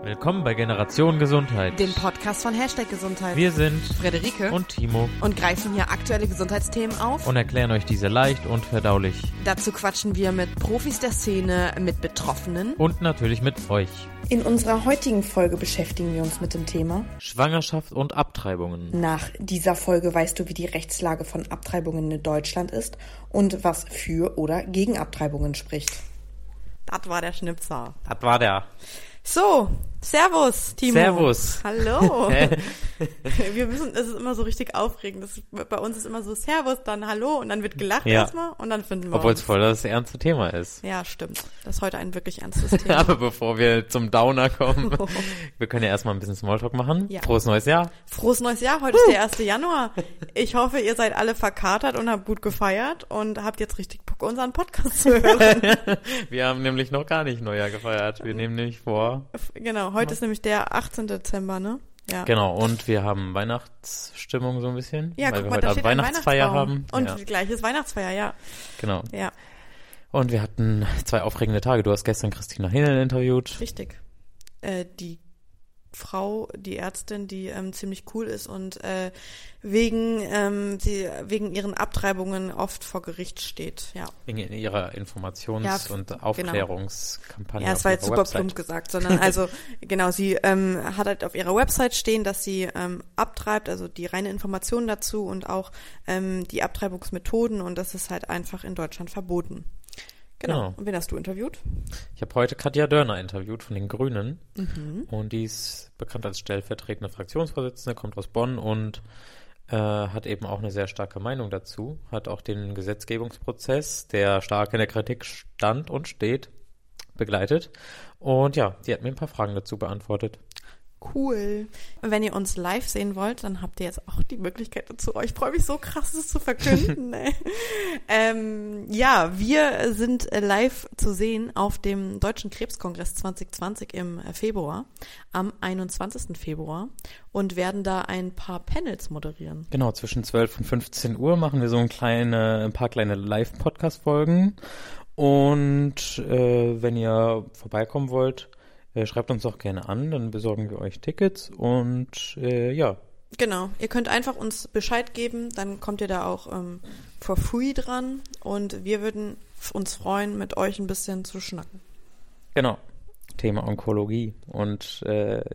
Willkommen bei Generation Gesundheit, dem Podcast von #Gesundheit. Wir sind Frederike und Timo und greifen hier aktuelle Gesundheitsthemen auf und erklären euch diese leicht und verdaulich. Dazu quatschen wir mit Profis der Szene, mit Betroffenen und natürlich mit euch. In unserer heutigen Folge beschäftigen wir uns mit dem Thema Schwangerschaft und Abtreibungen. Nach dieser Folge weißt du, wie die Rechtslage von Abtreibungen in Deutschland ist und was für oder gegen Abtreibungen spricht. Das war der Schnipser. Das war der. So, Servus, Timo. Servus. Hallo. Es ist immer so richtig aufregend. Bei uns ist immer so Servus, dann Hallo und dann wird gelacht erstmal und dann finden wir Obwohl es uns. voll das ernste Thema ist. Ja, stimmt. Das ist heute ein wirklich ernstes Thema. Aber bevor wir zum Downer kommen, wir können ja erstmal ein bisschen Smalltalk machen. Ja. Frohes neues Jahr. Frohes neues Jahr, heute ist der 1. Januar. Ich hoffe, ihr seid alle verkatert und habt gut gefeiert und habt jetzt richtig Bock, unseren Podcast zu hören. Wir haben nämlich noch gar nicht Neujahr gefeiert. Wir nehmen nämlich vor. Genau, heute ist nämlich der 18. Dezember, ne? Ja. Genau, und wir haben Weihnachtsstimmung so ein bisschen, Ja, weil guck wir mal, heute da steht Weihnachtsfeier ein Weihnachtsbaum. haben. Und gleiches Weihnachtsfeier, ja. Genau. Ja, Und wir hatten 2 aufregende Tage. Du hast gestern Christina Hinel interviewt. richtig. Die Frau, die Ärztin, die ziemlich cool ist und wegen ihren Abtreibungen oft vor Gericht steht, ja. Wegen ihrer Informations- und Aufklärungskampagne. Ja, es war jetzt super Website. plump gesagt, sondern also, genau, sie hat halt auf ihrer Website stehen, dass sie abtreibt, also die reine Information dazu und auch die Abtreibungsmethoden und das ist halt einfach in Deutschland verboten. Genau. Und wen hast du interviewt? Ich habe heute Katja Dörner interviewt von den Grünen. Mhm. Und die ist bekannt als stellvertretende Fraktionsvorsitzende, kommt aus Bonn und hat eben auch eine sehr starke Meinung dazu. Hat auch den Gesetzgebungsprozess, der stark in der Kritik stand und steht, begleitet. Und ja, die hat mir ein paar Fragen dazu beantwortet. Cool. Wenn ihr uns live sehen wollt, dann habt ihr jetzt auch die Möglichkeit dazu. Oh, ich freue mich so krass, das zu verkünden. Ja, wir sind live zu sehen auf dem Deutschen Krebskongress 2020 im Februar, am 21. Februar und werden da ein paar Panels moderieren. Genau, zwischen 12 und 15 Uhr machen wir so ein paar kleine Live-Podcast-Folgen. Und wenn ihr vorbeikommen wollt, schreibt uns doch gerne an, dann besorgen wir euch Tickets und ja. Genau, ihr könnt einfach uns Bescheid geben, dann kommt ihr da auch for free dran und wir würden uns freuen, mit euch ein bisschen zu schnacken. Genau, Thema Onkologie und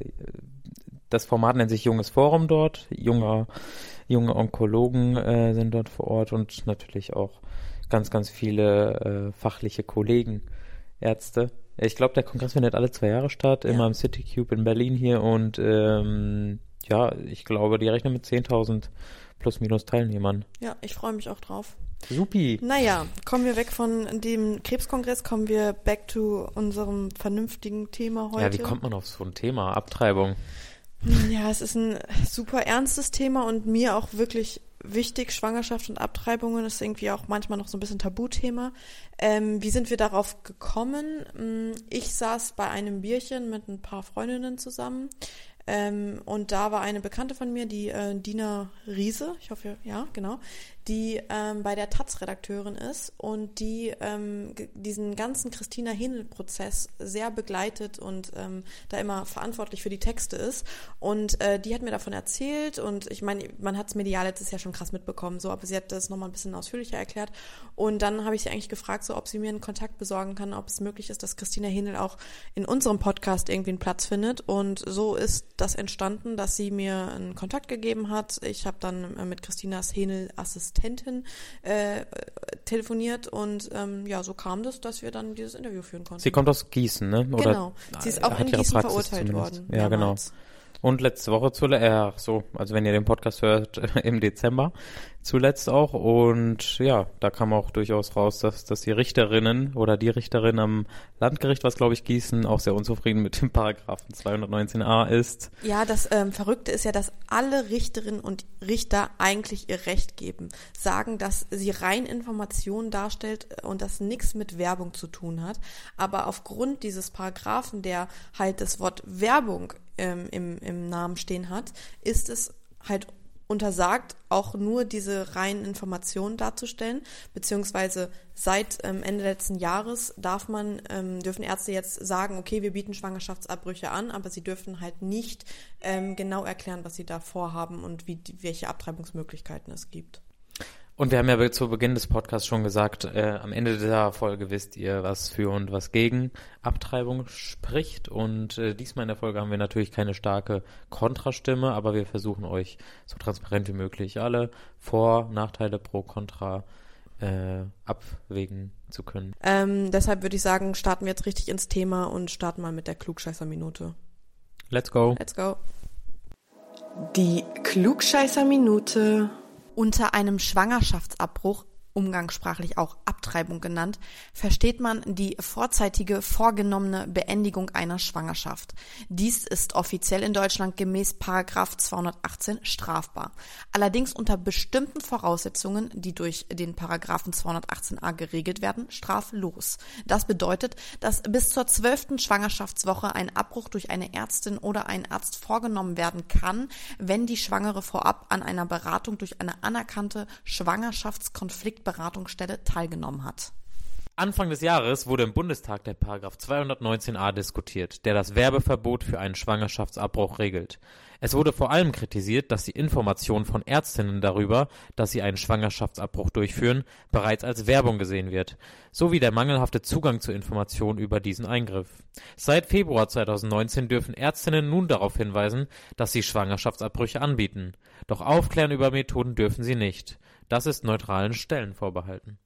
das Format nennt sich Junges Forum dort, junge Onkologen sind dort vor Ort und natürlich auch ganz, ganz viele fachliche Kollegen, Ärzte. Ich glaube, der Kongress findet alle 2 Jahre statt, immer im City Cube in Berlin hier und ja, ich glaube, die rechnen mit 10.000 plus minus Teilnehmern. Ja, ich freue mich auch drauf. Supi. Naja, kommen wir weg von dem Krebskongress, kommen wir back to unserem vernünftigen Thema heute. Ja, wie kommt man auf so ein Thema? Abtreibung. Ja, es ist ein super ernstes Thema und mir auch wirklich wichtig. Schwangerschaft und Abtreibungen ist irgendwie auch manchmal noch so ein bisschen Tabuthema. Wie sind wir darauf gekommen? Ich saß bei einem Bierchen mit ein paar Freundinnen zusammen und da war eine Bekannte von mir, die Dina Riese, ich hoffe, ja, genau, die bei der taz Redakteurin ist und die diesen ganzen Christina Hinel-Prozess sehr begleitet und da immer verantwortlich für die Texte ist. Und die hat mir davon erzählt und ich meine, man hat es medial letztes Jahr schon krass mitbekommen, so, aber sie hat das nochmal ein bisschen ausführlicher erklärt. Und dann habe ich sie eigentlich gefragt, so, ob sie mir einen Kontakt besorgen kann, ob es möglich ist, dass Christina Hinel auch in unserem Podcast irgendwie einen Platz findet. Und so ist das entstanden, dass sie mir einen Kontakt gegeben hat. Ich habe dann mit Christinas Hinel Assistentin telefoniert und ja, so kam das, dass wir dann dieses Interview führen konnten. Sie kommt aus Gießen, ne? Oder genau, sie ist auch in Gießen verurteilt worden. Ja, genau. Und letzte Woche also wenn ihr den Podcast hört, im Dezember zuletzt auch. Und ja, da kam auch durchaus raus, dass die Richterinnen oder die Richterin am Landgericht, was glaube ich Gießen, auch sehr unzufrieden mit dem Paragraphen 219a ist. Ja, das Verrückte ist ja, dass alle Richterinnen und Richter eigentlich ihr Recht geben, sagen, dass sie rein Informationen darstellt und das nichts mit Werbung zu tun hat. Aber aufgrund dieses Paragraphen, der halt das Wort Werbung im Namen stehen hat, ist es halt untersagt, auch nur diese reinen Informationen darzustellen, beziehungsweise seit Ende letzten Jahres dürfen Ärzte jetzt sagen, okay, wir bieten Schwangerschaftsabbrüche an, aber sie dürfen halt nicht genau erklären, was sie da vorhaben und welche Abtreibungsmöglichkeiten es gibt. Und wir haben ja zu Beginn des Podcasts schon gesagt, am Ende dieser Folge wisst ihr, was für und was gegen Abtreibung spricht. Und diesmal in der Folge haben wir natürlich keine starke Kontrastimme, aber wir versuchen euch so transparent wie möglich alle Vor-, Nachteile pro, Kontra abwägen zu können. Deshalb würde ich sagen, starten wir jetzt richtig ins Thema und starten mal mit der Klugscheißer-Minute. Let's go. Let's go. Die Klugscheißer-Minute. Unter einem Schwangerschaftsabbruch, umgangssprachlich auch Abtreibung genannt, versteht man die vorzeitige vorgenommene Beendigung einer Schwangerschaft. Dies ist offiziell in Deutschland gemäß § 218 strafbar. Allerdings unter bestimmten Voraussetzungen, die durch den § 218a geregelt werden, straflos. Das bedeutet, dass bis zur 12. Schwangerschaftswoche ein Abbruch durch eine Ärztin oder einen Arzt vorgenommen werden kann, wenn die Schwangere vorab an einer Beratung durch eine anerkannte Schwangerschaftskonfliktberatungsstelle teilgenommen hat. Anfang des Jahres wurde im Bundestag der § 219a diskutiert, der das Werbeverbot für einen Schwangerschaftsabbruch regelt. Es wurde vor allem kritisiert, dass die Information von Ärztinnen darüber, dass sie einen Schwangerschaftsabbruch durchführen, bereits als Werbung gesehen wird, sowie der mangelhafte Zugang zu Informationen über diesen Eingriff. Seit Februar 2019 dürfen Ärztinnen nun darauf hinweisen, dass sie Schwangerschaftsabbrüche anbieten. Doch aufklären über Methoden dürfen sie nicht. Das ist neutralen Stellen vorbehalten.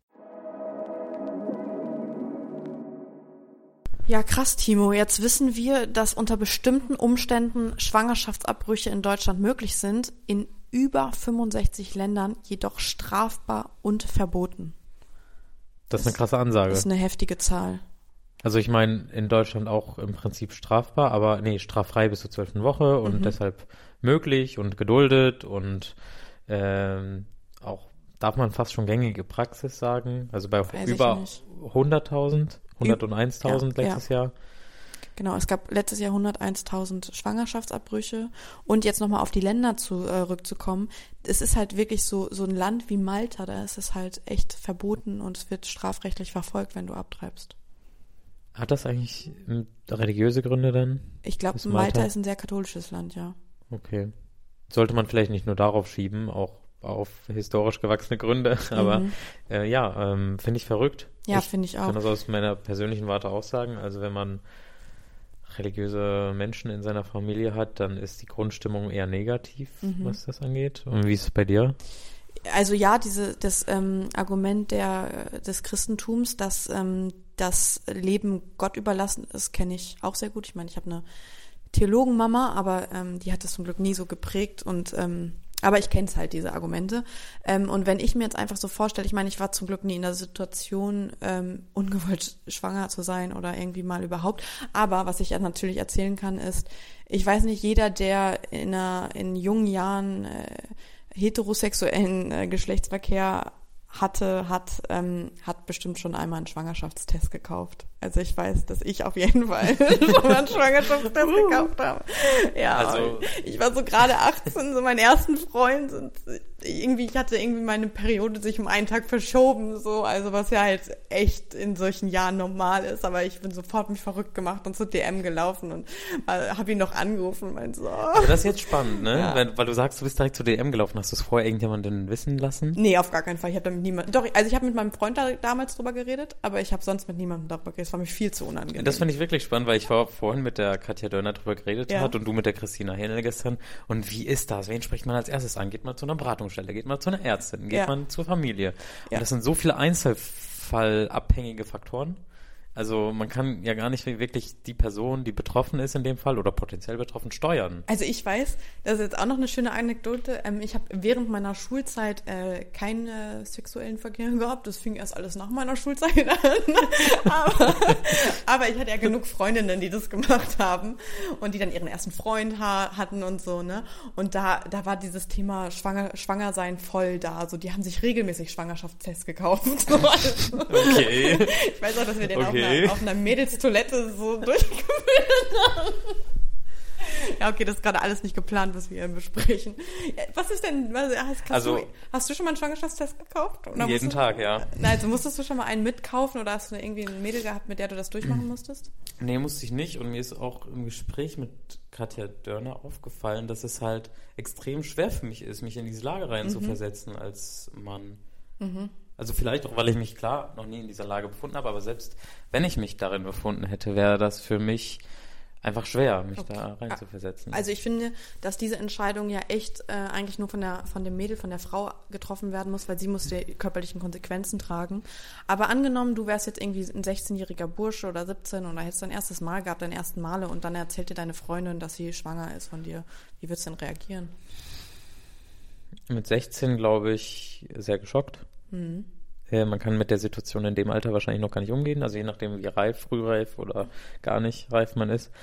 Ja, krass, Timo. Jetzt wissen wir, dass unter bestimmten Umständen Schwangerschaftsabbrüche in Deutschland möglich sind, in über 65 Ländern jedoch strafbar und verboten. Das ist eine krasse Ansage. Das ist eine heftige Zahl. Also ich meine, in Deutschland auch im Prinzip strafbar, aber straffrei bis zur 12. Woche und deshalb möglich und geduldet und auch, darf man fast schon gängige Praxis sagen, also bei über 100.000, 101.000 letztes Jahr. Genau, es gab letztes Jahr 101.000 Schwangerschaftsabbrüche. Und jetzt nochmal auf die Länder zurückzukommen, es ist halt wirklich so ein Land wie Malta, da ist es halt echt verboten und es wird strafrechtlich verfolgt, wenn du abtreibst. Hat das eigentlich religiöse Gründe dann? Ich glaube, Malta ist ein sehr katholisches Land, ja. Okay. Sollte man vielleicht nicht nur darauf schieben, auch auf historisch gewachsene Gründe, aber finde ich verrückt. Ja, finde ich auch. Ich kann das aus meiner persönlichen Warte auch sagen. Also wenn man religiöse Menschen in seiner Familie hat, dann ist die Grundstimmung eher negativ, was das angeht. Und wie ist es bei dir? Also ja, das Argument des Christentums, dass das Leben Gott überlassen ist, kenne ich auch sehr gut. Ich meine, ich habe eine Theologenmama, aber die hat das zum Glück nie so geprägt und aber ich kenne es halt, diese Argumente. Und wenn ich mir jetzt einfach so vorstelle, ich meine, ich war zum Glück nie in der Situation, ungewollt schwanger zu sein oder irgendwie mal überhaupt. Aber was ich ja natürlich erzählen kann, ist, ich weiß nicht, jeder, der in jungen Jahren heterosexuellen Geschlechtsverkehr hat bestimmt schon einmal einen Schwangerschaftstest gekauft. Also ich weiß, dass ich auf jeden Fall schon mal einen Schwangerschaftstest gekauft habe. Ja, also ich war so gerade 18, so meinen ersten Freund und ich hatte meine Periode sich um einen Tag verschoben, so, also was ja halt echt in solchen Jahren normal ist, aber ich bin sofort mich verrückt gemacht und zur DM gelaufen und habe ihn noch angerufen und meinte so. Aber das ist jetzt spannend, ne? Ja. Weil du sagst, du bist direkt zur DM gelaufen. Hast du es vorher irgendjemanden wissen lassen? Nee, auf gar keinen Fall. Ich habe damit niemanden. Doch, also ich habe mit meinem Freund damals drüber geredet, aber ich habe sonst mit niemandem darüber geredet. Das war mir viel zu unangenehm. Das finde ich wirklich spannend, weil ich vorhin mit der Katja Dörner drüber geredet hat und du mit der Christina Hähnel gestern. Und wie ist das? Wen spricht man als erstes an? Geht man zu einer Beratungsstelle? Geht man zu einer Ärztin? Geht man zur Familie? Und das sind so viele einzelfallabhängige Faktoren. Also man kann ja gar nicht wirklich die Person, die betroffen ist in dem Fall oder potenziell betroffen, steuern. Also ich weiß, das ist jetzt auch noch eine schöne Anekdote. Ich habe während meiner Schulzeit keinen sexuellen Verkehr gehabt. Das fing erst alles nach meiner Schulzeit an. aber ich hatte ja genug Freundinnen, die das gemacht haben und die dann ihren ersten Freund hatten und so, ne? Und da war dieses Thema schwanger sein voll da. So, die haben sich regelmäßig Schwangerschaftstests gekauft. So, also. Okay. Ich weiß auch, dass wir den auf einer Mädelstoilette so durchgeführt haben. Ja, okay, das ist gerade alles nicht geplant, was wir hier besprechen. Was ist denn, hast du schon mal einen Schwangerschaftstest gekauft? Oder jeden Tag, ja. Also musstest du schon mal einen mitkaufen oder hast du irgendwie ein Mädel gehabt, mit der du das durchmachen musstest? Nee, musste ich nicht. Und mir ist auch im Gespräch mit Katja Dörner aufgefallen, dass es halt extrem schwer für mich ist, mich in diese Lage reinzuversetzen als Mann. Also vielleicht auch, weil ich mich klar noch nie in dieser Lage befunden habe, aber selbst wenn ich mich darin befunden hätte, wäre das für mich einfach schwer, mich da reinzuversetzen. Also ich finde, dass diese Entscheidung ja echt eigentlich nur von dem Mädel, von der Frau getroffen werden muss, weil sie muss die körperlichen Konsequenzen tragen. Aber angenommen, du wärst jetzt irgendwie ein 16-jähriger Bursche oder 17 und da hättest du dein erstes Mal gehabt, deine ersten Male und dann erzählt dir deine Freundin, dass sie schwanger ist von dir. Wie würdest du denn reagieren? Mit 16, glaube ich, sehr geschockt. Man kann mit der Situation in dem Alter wahrscheinlich noch gar nicht umgehen, also je nachdem, wie reif, frühreif oder gar nicht reif man ist,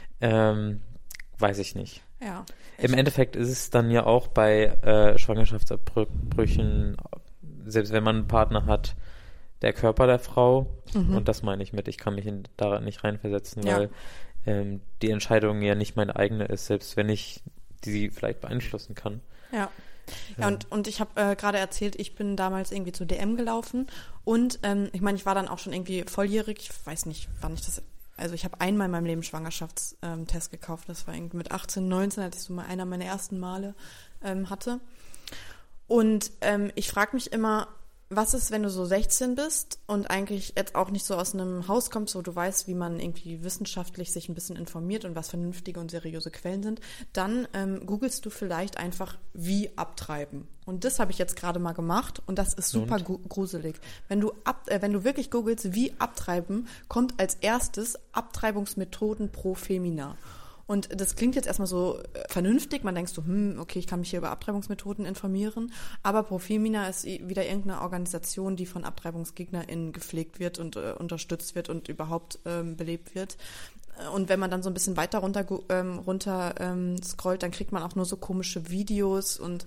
weiß ich nicht. Ja. Im Endeffekt ist es dann ja auch bei Schwangerschaftsabbrüchen, selbst wenn man einen Partner hat, der Körper der Frau, und das meine ich mit, ich kann mich da nicht reinversetzen, weil die Entscheidung ja nicht meine eigene ist, selbst wenn ich die vielleicht beeinflussen kann. Ja. Ja, und ich habe gerade erzählt, ich bin damals irgendwie zur DM gelaufen und ich meine, ich war dann auch schon irgendwie volljährig, ich weiß nicht, wann ich das, also ich habe einmal in meinem Leben Schwangerschaftstest gekauft, das war irgendwie mit 18, 19, als ich so mal einer meiner ersten Male hatte. Und ich frage mich immer, was ist, wenn du so 16 bist und eigentlich jetzt auch nicht so aus einem Haus kommst, wo du weißt, wie man irgendwie wissenschaftlich sich ein bisschen informiert und was vernünftige und seriöse Quellen sind, dann googelst du vielleicht einfach, wie abtreiben. Und das habe ich jetzt gerade mal gemacht und das ist super gruselig. Wenn du wirklich googelst, wie abtreiben, kommt als erstes Abtreibungsmethoden pro Femina. Und das klingt jetzt erstmal so vernünftig, man denkt so, okay, ich kann mich hier über Abtreibungsmethoden informieren, aber Profemina ist wieder irgendeine Organisation, die von AbtreibungsgegnerInnen gepflegt wird und unterstützt wird und überhaupt belebt wird. Und wenn man dann so ein bisschen weiter runter scrollt, dann kriegt man auch nur so komische Videos und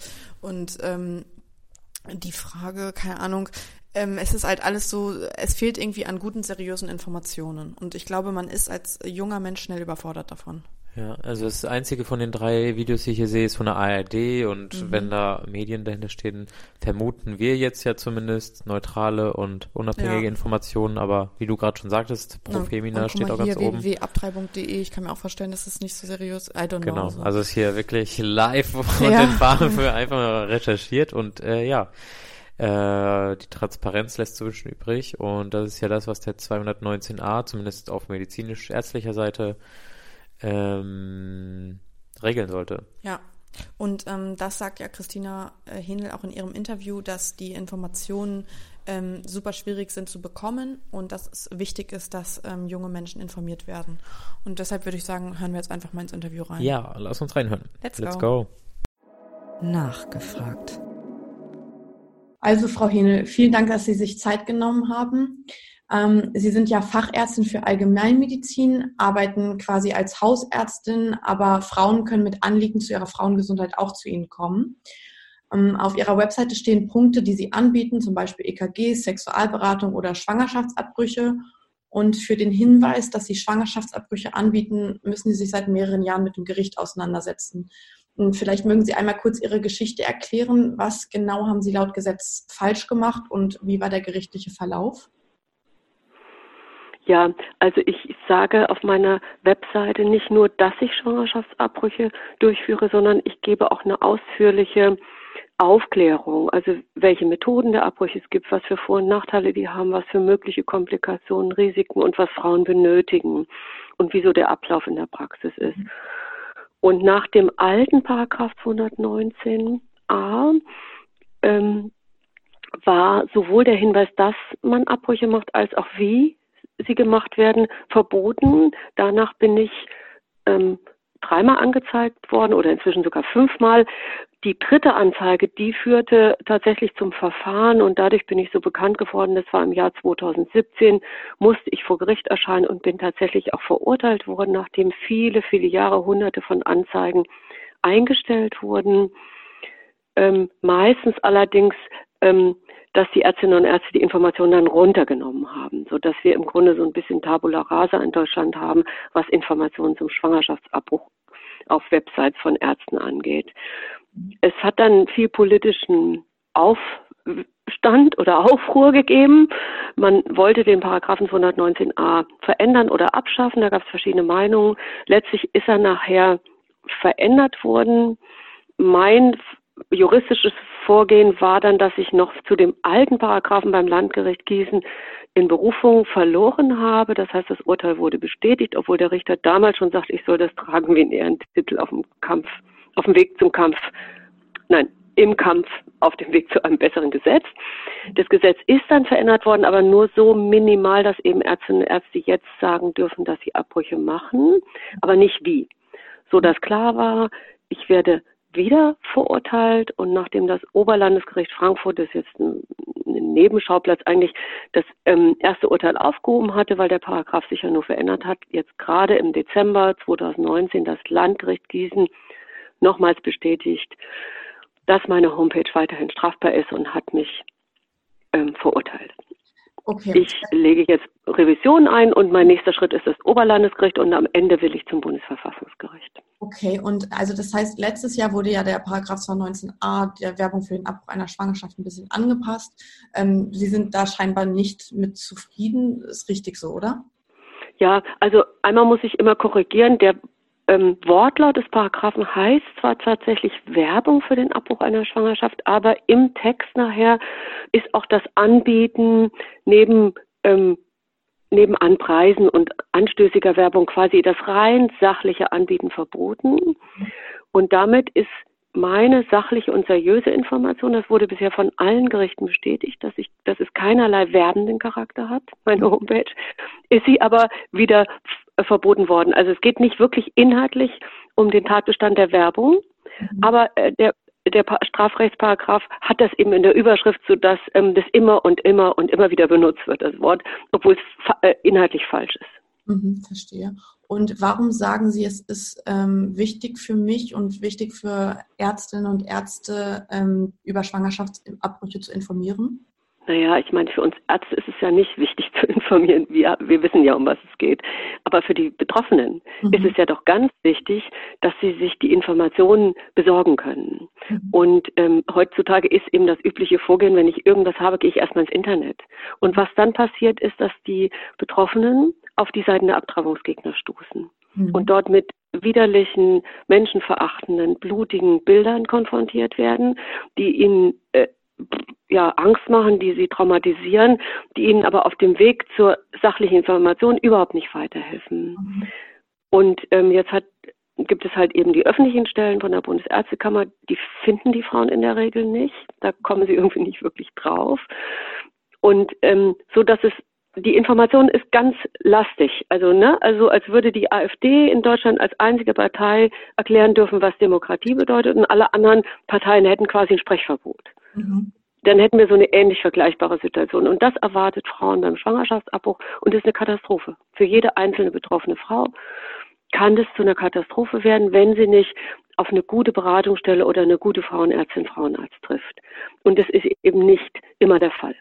die Frage, keine Ahnung, es ist halt alles so, es fehlt irgendwie an guten, seriösen Informationen. Und ich glaube, man ist als junger Mensch schnell überfordert davon. Ja, also das einzige von den 3 Videos, die ich hier sehe, ist von der ARD und wenn da Medien dahinter stehen, vermuten wir jetzt ja zumindest neutrale und unabhängige Informationen, aber wie du gerade schon sagtest, Profemina steht auch ganz oben. www.abtreibung.de, ich kann mir auch vorstellen, dass das nicht so seriös, I don't know. Genau, also ist hier wirklich live und den Farben für einfach mal recherchiert und die Transparenz lässt so schon übrig und das ist ja das, was der 219a, zumindest auf medizinisch-ärztlicher Seite, regeln sollte. Ja, und das sagt ja Christina Hähnel auch in ihrem Interview, dass die Informationen super schwierig sind zu bekommen und dass es wichtig ist, dass junge Menschen informiert werden. Und deshalb würde ich sagen, hören wir jetzt einfach mal ins Interview rein. Ja, lass uns reinhören. Let's go. Nachgefragt. Also Frau Hähnel, vielen Dank, dass Sie sich Zeit genommen haben. Sie sind ja Fachärztin für Allgemeinmedizin, arbeiten quasi als Hausärztin, aber Frauen können mit Anliegen zu ihrer Frauengesundheit auch zu Ihnen kommen. Auf Ihrer Webseite stehen Punkte, die Sie anbieten, zum Beispiel EKGs, Sexualberatung oder Schwangerschaftsabbrüche. Und für den Hinweis, dass Sie Schwangerschaftsabbrüche anbieten, müssen Sie sich seit mehreren Jahren mit dem Gericht auseinandersetzen. Und vielleicht mögen Sie einmal kurz Ihre Geschichte erklären. Was genau haben Sie laut Gesetz falsch gemacht und wie war der gerichtliche Verlauf? Ja, also ich sage auf meiner Webseite nicht nur, dass ich Schwangerschaftsabbrüche durchführe, sondern ich gebe auch eine ausführliche Aufklärung, also welche Methoden der Abbrüche es gibt, was für Vor- und Nachteile die haben, was für mögliche Komplikationen, Risiken und was Frauen benötigen und wieso der Ablauf in der Praxis ist. Und nach dem alten Paragraph 219a war sowohl der Hinweis, dass man Abbrüche macht, als auch wie sie gemacht werden, verboten. Danach bin ich 3-mal angezeigt worden oder inzwischen sogar 5-mal. Die 3. Anzeige, die führte tatsächlich zum Verfahren und dadurch bin ich so bekannt geworden. Das war im Jahr 2017, musste ich vor Gericht erscheinen und bin tatsächlich auch verurteilt worden, nachdem viele, viele Jahre, Hunderte von Anzeigen eingestellt wurden. Meistens allerdings, dass die Ärztinnen und Ärzte die Informationen dann runtergenommen haben, sodass wir im Grunde so ein bisschen Tabula rasa in Deutschland haben, was Informationen zum Schwangerschaftsabbruch auf Websites von Ärzten angeht. Es hat dann viel politischen Aufstand oder Aufruhr gegeben. Man wollte den Paragraphen 219a verändern oder abschaffen. Da gab es verschiedene Meinungen. Letztlich ist er nachher verändert worden. Mein juristisches Vorgehen war dann, dass ich noch zu dem alten Paragraphen beim Landgericht Gießen in Berufung verloren habe. Das heißt, das Urteil wurde bestätigt, obwohl der Richter damals schon sagt, ich soll das tragen wie einen Ehrentitel auf dem Weg zum Kampf. Nein, im Kampf auf dem Weg zu einem besseren Gesetz. Das Gesetz ist dann verändert worden, aber nur so minimal, dass eben Ärztinnen und Ärzte jetzt sagen dürfen, dass sie Abbrüche machen, aber nicht wie. So dass klar war, ich werde wieder verurteilt und nachdem das Oberlandesgericht Frankfurt, das ist jetzt ein Nebenschauplatz eigentlich, das erste Urteil aufgehoben hatte, weil der Paragraph sich ja nur verändert hat, jetzt gerade im Dezember 2019 das Landgericht Gießen nochmals bestätigt, dass meine Homepage weiterhin strafbar ist und hat mich verurteilt. Okay. Ich lege jetzt Revision ein und mein nächster Schritt ist das Oberlandesgericht und am Ende will ich zum Bundesverfassungsgericht. Okay, und also das heißt, letztes Jahr wurde ja der Paragraph 219a der Werbung für den Abbruch einer Schwangerschaft ein bisschen angepasst. Sie sind da scheinbar nicht mit zufrieden. Ist richtig so, oder? Ja, also einmal muss ich immer korrigieren, der Wortlaut des Paragraphen heißt zwar tatsächlich Werbung für den Abbruch einer Schwangerschaft, aber im Text nachher ist auch das Anbieten neben Anpreisen und anstößiger Werbung quasi das rein sachliche Anbieten verboten. Und damit ist meine sachliche und seriöse Information, das wurde bisher von allen Gerichten bestätigt, dass es keinerlei werbenden Charakter hat, meine Homepage, ist sie aber wieder verboten worden. Also es geht nicht wirklich inhaltlich um den Tatbestand der Werbung, aber der Strafrechtsparagraph hat das eben in der Überschrift, sodass das immer und immer und immer wieder benutzt wird, das Wort, obwohl es inhaltlich falsch ist. Verstehe. Und warum sagen Sie, es ist wichtig für mich und wichtig für Ärztinnen und Ärzte, über Schwangerschaftsabbrüche zu informieren? Naja, ich meine, für uns Ärzte ist es ja nicht wichtig zu informieren. Wir wissen ja, um was es geht. Aber für die Betroffenen ist es ja doch ganz wichtig, dass sie sich die Informationen besorgen können. Und heutzutage ist eben das übliche Vorgehen, wenn ich irgendwas habe, gehe ich erstmal ins Internet. Und was dann passiert, ist, dass die Betroffenen auf die Seiten der Abtreibungsgegner stoßen und dort mit widerlichen, menschenverachtenden, blutigen Bildern konfrontiert werden, die ihnen Angst machen, die sie traumatisieren, die ihnen aber auf dem Weg zur sachlichen Information überhaupt nicht weiterhelfen. Und jetzt gibt es halt eben die öffentlichen Stellen von der Bundesärztekammer, die finden die Frauen in der Regel nicht. Da kommen sie irgendwie nicht wirklich drauf. Und so, dass die Information ist ganz lastig. Also als würde die AfD in Deutschland als einzige Partei erklären dürfen, was Demokratie bedeutet, und alle anderen Parteien hätten quasi ein Sprechverbot. Dann hätten wir so eine ähnlich vergleichbare Situation. Und das erwartet Frauen beim Schwangerschaftsabbruch und das ist eine Katastrophe. Für jede einzelne betroffene Frau kann das zu einer Katastrophe werden, wenn sie nicht auf eine gute Beratungsstelle oder eine gute Frauenärztin, Frauenarzt trifft. Und das ist eben nicht immer der Fall.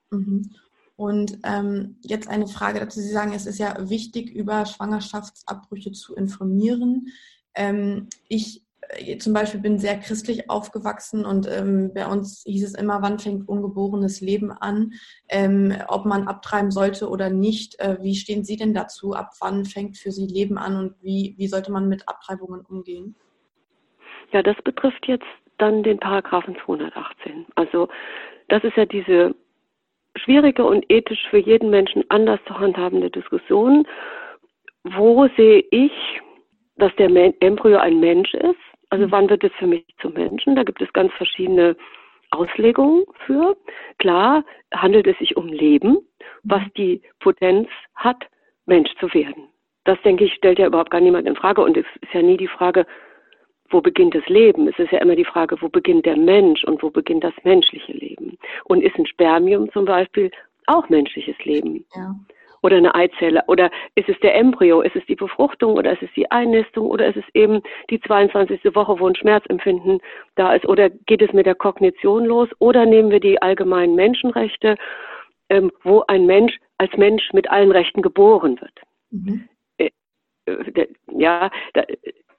Und jetzt eine Frage dazu. Sie sagen, es ist ja wichtig, über Schwangerschaftsabbrüche zu informieren. Ich zum Beispiel bin sehr christlich aufgewachsen und bei uns hieß es immer, wann fängt ungeborenes Leben an, ob man abtreiben sollte oder nicht. Wie stehen Sie denn dazu? Ab wann fängt für Sie Leben an und wie sollte man mit Abtreibungen umgehen? Ja, das betrifft jetzt dann den Paragraphen 218. Also das ist ja diese schwierige und ethisch für jeden Menschen anders zu handhabende Diskussion. Wo sehe ich, dass der Embryo ein Mensch ist? Also wann wird es für mich zum Menschen? Da gibt es ganz verschiedene Auslegungen für. Klar handelt es sich um Leben, was die Potenz hat, Mensch zu werden. Das, denke ich, stellt ja überhaupt gar niemand in Frage. Und es ist ja nie die Frage, wo beginnt das Leben? Es ist ja immer die Frage, wo beginnt der Mensch und wo beginnt das menschliche Leben? Und ist ein Spermium zum Beispiel auch menschliches Leben? Ja. Oder eine Eizelle? Oder ist es der Embryo? Ist es die Befruchtung? Oder ist es die Einnistung? Oder ist es eben die 22. Woche, wo ein Schmerzempfinden da ist? Oder geht es mit der Kognition los? Oder nehmen wir die allgemeinen Menschenrechte, wo ein Mensch als Mensch mit allen Rechten geboren wird?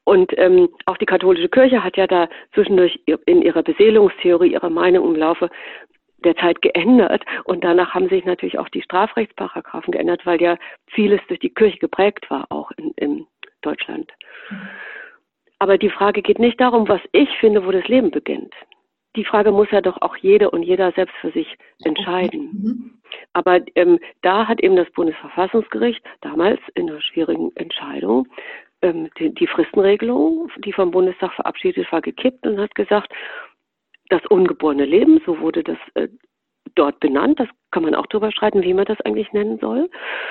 Und auch die katholische Kirche hat ja da zwischendurch in ihrer Beseelungstheorie ihre Meinung im Laufe der Zeit geändert. Und danach haben sich natürlich auch die Strafrechtsparagraphen geändert, weil ja vieles durch die Kirche geprägt war, auch in Deutschland. Aber die Frage geht nicht darum, was ich finde, wo das Leben beginnt. Die Frage muss ja doch auch jede und jeder selbst für sich entscheiden. Aber da hat eben das Bundesverfassungsgericht damals in einer schwierigen Entscheidung die Fristenregelung, die vom Bundestag verabschiedet war, gekippt und hat gesagt, das ungeborene Leben, so wurde das dort benannt, das kann man auch drüber streiten, wie man das eigentlich nennen soll,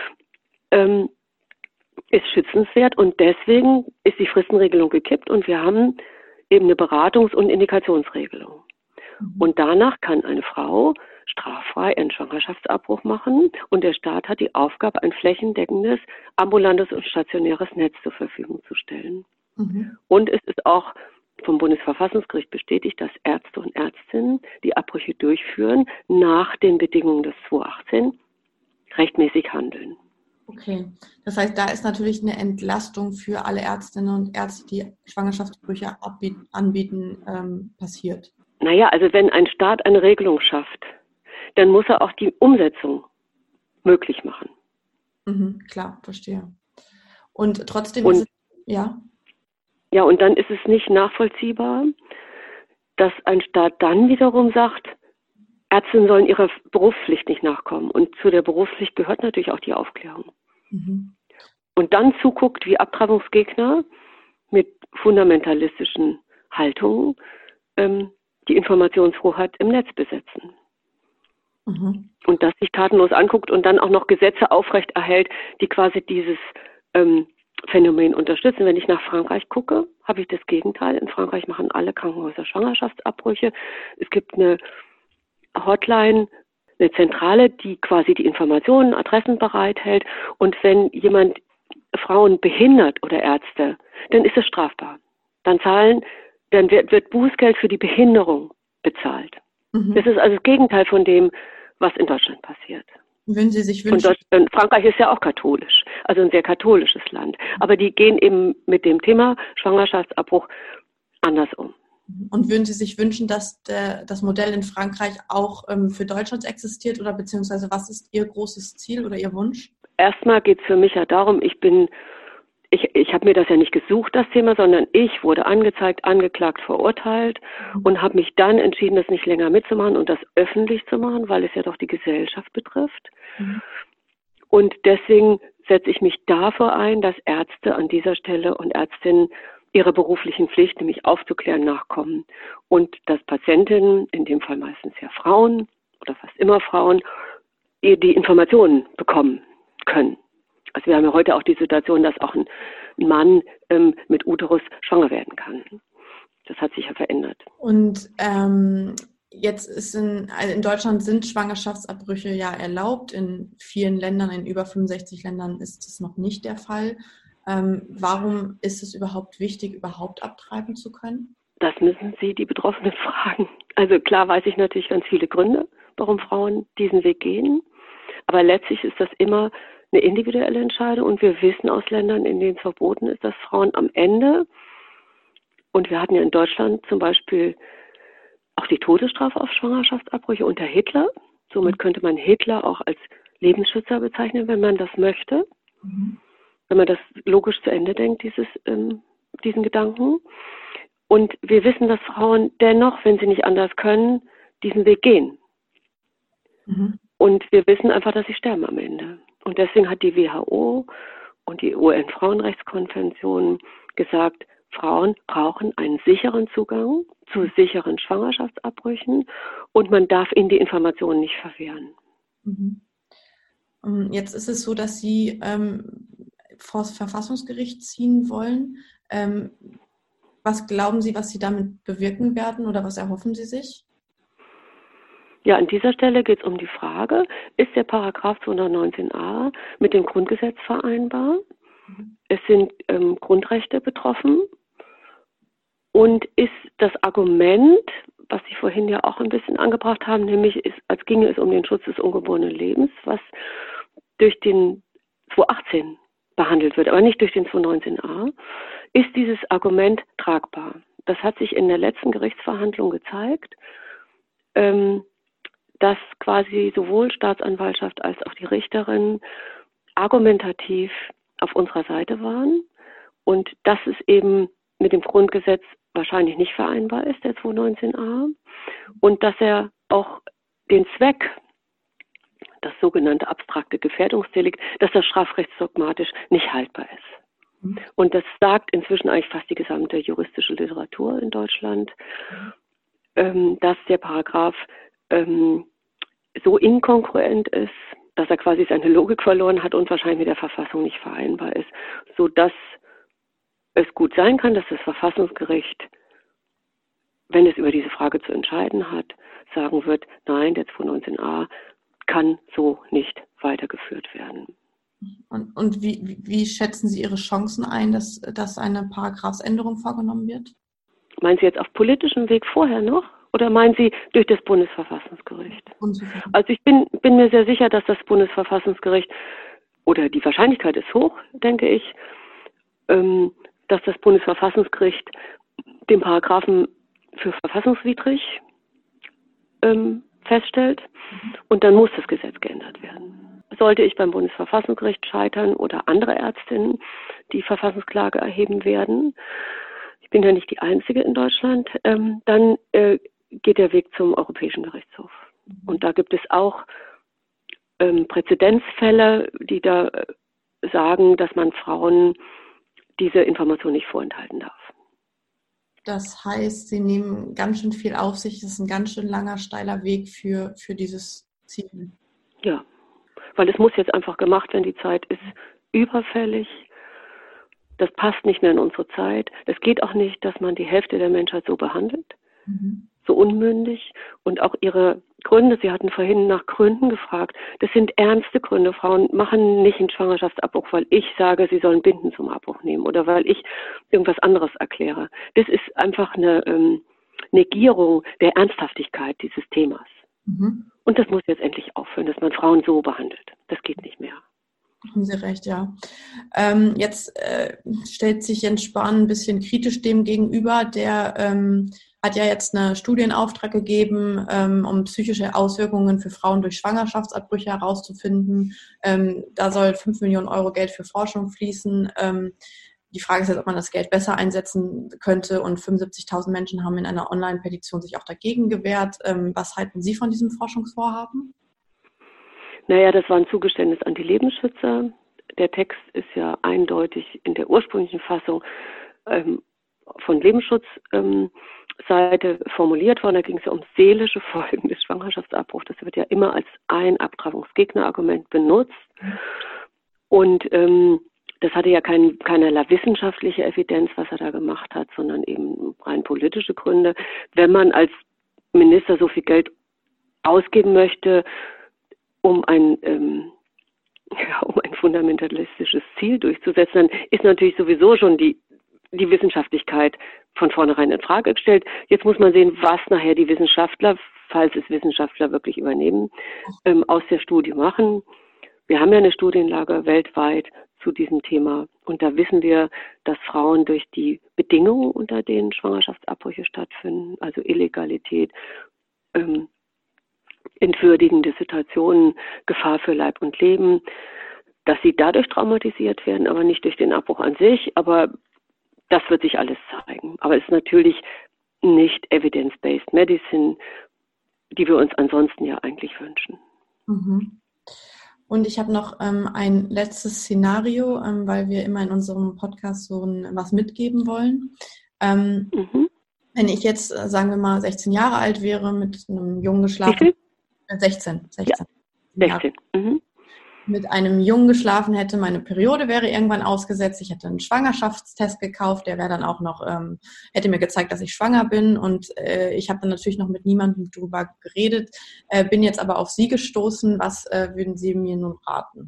ist schützenswert und deswegen ist die Fristenregelung gekippt und wir haben eben eine Beratungs- und Indikationsregelung. Und danach kann eine Frau straffrei einen Schwangerschaftsabbruch machen und der Staat hat die Aufgabe, ein flächendeckendes, ambulantes und stationäres Netz zur Verfügung zu stellen. Und es ist auch vom Bundesverfassungsgericht bestätigt, dass Ärzte und Ärztinnen, die Abbrüche durchführen, nach den Bedingungen des 218 rechtmäßig handeln. Okay, das heißt, da ist natürlich eine Entlastung für alle Ärztinnen und Ärzte, die Schwangerschaftsabbrüche anbieten, passiert. Naja, also wenn ein Staat eine Regelung schafft, dann muss er auch die Umsetzung möglich machen. Klar, verstehe. Und trotzdem ist es, ja? Ja, und dann ist es nicht nachvollziehbar, dass ein Staat dann wiederum sagt, Ärztinnen sollen ihrer Berufspflicht nicht nachkommen. Und zu der Berufspflicht gehört natürlich auch die Aufklärung. Und dann zuguckt, wie Abtreibungsgegner mit fundamentalistischen Haltungen die Informationshoheit im Netz besetzen. Und das sich tatenlos anguckt und dann auch noch Gesetze aufrechterhält, die quasi dieses Phänomen unterstützen. Wenn ich nach Frankreich gucke, habe ich das Gegenteil. In Frankreich machen alle Krankenhäuser Schwangerschaftsabbrüche. Es gibt eine Hotline, eine Zentrale, die quasi die Informationen, Adressen bereithält. Und wenn jemand Frauen behindert oder Ärzte, dann ist es strafbar. Dann wird Bußgeld für die Behinderung bezahlt. Das ist also das Gegenteil von dem, was in Deutschland passiert. Wenn Sie sich wünschen. Und Frankreich ist ja auch katholisch, also ein sehr katholisches Land. Aber die gehen eben mit dem Thema Schwangerschaftsabbruch anders um. Und würden Sie sich wünschen, dass das Modell in Frankreich auch für Deutschland existiert oder beziehungsweise was ist Ihr großes Ziel oder Ihr Wunsch? Erstmal geht es für mich ja darum, ich habe mir das ja nicht gesucht, das Thema, sondern ich wurde angezeigt, angeklagt, verurteilt und habe mich dann entschieden, das nicht länger mitzumachen und das öffentlich zu machen, weil es ja doch die Gesellschaft betrifft. Und deswegen setze ich mich dafür ein, dass Ärzte an dieser Stelle und Ärztinnen ihrer beruflichen Pflicht, nämlich aufzuklären, nachkommen und dass Patientinnen, in dem Fall meistens ja Frauen oder fast immer Frauen, die Informationen bekommen können. Also wir haben ja heute auch die Situation, dass auch ein Mann mit Uterus schwanger werden kann. Das hat sich ja verändert. Und jetzt ist in Deutschland sind Schwangerschaftsabbrüche ja erlaubt. In vielen Ländern, in über 65 Ländern ist das noch nicht der Fall. Warum ist es überhaupt wichtig, überhaupt abtreiben zu können? Das müssen Sie die Betroffenen fragen. Also klar weiß ich natürlich ganz viele Gründe, warum Frauen diesen Weg gehen. Aber letztlich ist das immer eine individuelle Entscheidung und wir wissen aus Ländern, in denen es verboten ist, dass Frauen am Ende, und wir hatten ja in Deutschland zum Beispiel auch die Todesstrafe auf Schwangerschaftsabbrüche unter Hitler, somit könnte man Hitler auch als Lebensschützer bezeichnen, wenn man das möchte, wenn man das logisch zu Ende denkt, diesen Gedanken. Und wir wissen, dass Frauen dennoch, wenn sie nicht anders können, diesen Weg gehen. Und wir wissen einfach, dass sie sterben am Ende. Und deswegen hat die WHO und die UN-Frauenrechtskonvention gesagt, Frauen brauchen einen sicheren Zugang zu sicheren Schwangerschaftsabbrüchen und man darf ihnen die Informationen nicht verwehren. Jetzt ist es so, dass Sie vor das Verfassungsgericht ziehen wollen. Was glauben Sie, was Sie damit bewirken werden oder was erhoffen Sie sich? Ja, an dieser Stelle geht es um die Frage, ist der Paragraph 219a mit dem Grundgesetz vereinbar? Es sind Grundrechte betroffen. Und ist das Argument, was Sie vorhin ja auch ein bisschen angebracht haben, nämlich als ginge es um den Schutz des ungeborenen Lebens, was durch den 218 behandelt wird, aber nicht durch den 219a, ist dieses Argument tragbar. Das hat sich in der letzten Gerichtsverhandlung gezeigt, dass quasi sowohl Staatsanwaltschaft als auch die Richterin argumentativ auf unserer Seite waren und dass es eben mit dem Grundgesetz wahrscheinlich nicht vereinbar ist, der 219a, und dass er auch den Zweck, das sogenannte abstrakte Gefährdungsdelikt, dass das strafrechtsdogmatisch nicht haltbar ist. Und das sagt inzwischen eigentlich fast die gesamte juristische Literatur in Deutschland, dass der Paragraph so inkongruent ist, dass er quasi seine Logik verloren hat und wahrscheinlich mit der Verfassung nicht vereinbar ist, sodass es gut sein kann, dass das Verfassungsgericht, wenn es über diese Frage zu entscheiden hat, sagen wird, nein, der 219a kann so nicht weitergeführt werden. Und wie schätzen Sie Ihre Chancen ein, dass eine Paragraphsänderung vorgenommen wird? Meinen Sie jetzt auf politischem Weg vorher noch? Oder meinen Sie durch das Bundesverfassungsgericht? Also ich bin mir sehr sicher, dass das Bundesverfassungsgericht, oder die Wahrscheinlichkeit ist hoch, denke ich, dass das Bundesverfassungsgericht den Paragraphen für verfassungswidrig feststellt und dann muss das Gesetz geändert werden. Sollte ich beim Bundesverfassungsgericht scheitern oder andere Ärztinnen, die Verfassungsklage erheben werden, ich bin ja nicht die Einzige in Deutschland, dann geht der Weg zum Europäischen Gerichtshof. Und da gibt es auch Präzedenzfälle, die da sagen, dass man Frauen diese Information nicht vorenthalten darf. Das heißt, Sie nehmen ganz schön viel auf sich. Das ist ein ganz schön langer, steiler Weg für dieses Ziel. Ja, weil es muss jetzt einfach gemacht werden. Die Zeit ist überfällig. Das passt nicht mehr in unsere Zeit. Es geht auch nicht, dass man die Hälfte der Menschheit so behandelt, so unmündig. Und auch ihre Gründe, Sie hatten vorhin nach Gründen gefragt, das sind ernste Gründe. Frauen machen nicht einen Schwangerschaftsabbruch, weil ich sage, sie sollen Binden zum Abbruch nehmen oder weil ich irgendwas anderes erkläre. Das ist einfach eine Negierung der Ernsthaftigkeit dieses Themas. Und das muss jetzt endlich aufhören, dass man Frauen so behandelt. Das geht nicht mehr. Haben Sie recht, ja. Jetzt stellt sich Jens Spahn ein bisschen kritisch dem gegenüber. Der hat ja jetzt einen Studienauftrag gegeben, um psychische Auswirkungen für Frauen durch Schwangerschaftsabbrüche herauszufinden. Da soll 5 Millionen Euro Geld für Forschung fließen. Die Frage ist jetzt, ob man das Geld besser einsetzen könnte. Und 75.000 Menschen haben in einer Online-Petition sich auch dagegen gewehrt. Was halten Sie von diesem Forschungsvorhaben? Naja, das war ein Zugeständnis an die Lebensschützer. Der Text ist ja eindeutig in der ursprünglichen Fassung von Lebensschutzseite formuliert worden. Da ging es ja um seelische Folgen des Schwangerschaftsabbruchs. Das wird ja immer als ein Abtreibungsgegnerargument benutzt. Und das hatte ja keinerlei wissenschaftliche Evidenz, was er da gemacht hat, sondern eben rein politische Gründe. Wenn man als Minister so viel Geld ausgeben möchte, um ein fundamentalistisches Ziel durchzusetzen, dann ist natürlich sowieso schon die Wissenschaftlichkeit von vornherein in Frage gestellt. Jetzt muss man sehen, was nachher die Wissenschaftler, falls es Wissenschaftler wirklich übernehmen, aus der Studie machen. Wir haben ja eine Studienlage weltweit zu diesem Thema und da wissen wir, dass Frauen durch die Bedingungen, unter denen Schwangerschaftsabbrüche stattfinden, also Illegalität, entwürdigende Situationen, Gefahr für Leib und Leben, dass sie dadurch traumatisiert werden, aber nicht durch den Abbruch an sich. Aber das wird sich alles zeigen. Aber es ist natürlich nicht Evidence-Based Medicine, die wir uns ansonsten ja eigentlich wünschen. Und ich habe noch ein letztes Szenario, weil wir immer in unserem Podcast so was mitgeben wollen. Wenn ich jetzt, sagen wir mal, 16 Jahre alt wäre, mit einem Jungen geschlafen. 16. Ja, 16. Mit einem Jungen geschlafen hätte, meine Periode wäre irgendwann ausgesetzt, ich hätte einen Schwangerschaftstest gekauft, der wäre dann auch noch, hätte mir gezeigt, dass ich schwanger bin und ich habe dann natürlich noch mit niemandem drüber geredet, bin jetzt aber auf Sie gestoßen. Was würden Sie mir nun raten?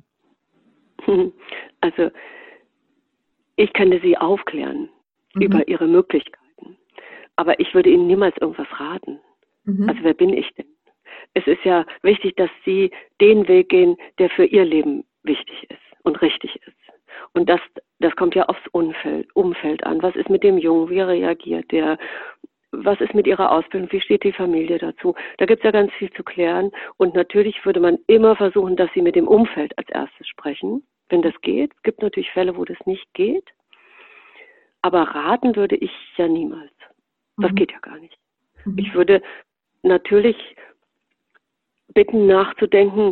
Also ich könnte Sie aufklären über Ihre Möglichkeiten, aber ich würde Ihnen niemals irgendwas raten. Also wer bin ich denn? Es ist ja wichtig, dass Sie den Weg gehen, der für Ihr Leben wichtig ist und richtig ist. Und das kommt ja aufs Umfeld an. Was ist mit dem Jungen? Wie reagiert der? Was ist mit ihrer Ausbildung? Wie steht die Familie dazu? Da gibt es ja ganz viel zu klären. Und natürlich würde man immer versuchen, dass sie mit dem Umfeld als erstes sprechen, wenn das geht. Es gibt natürlich Fälle, wo das nicht geht. Aber raten würde ich ja niemals. Das geht ja gar nicht. Ich würde natürlich bitten, nachzudenken,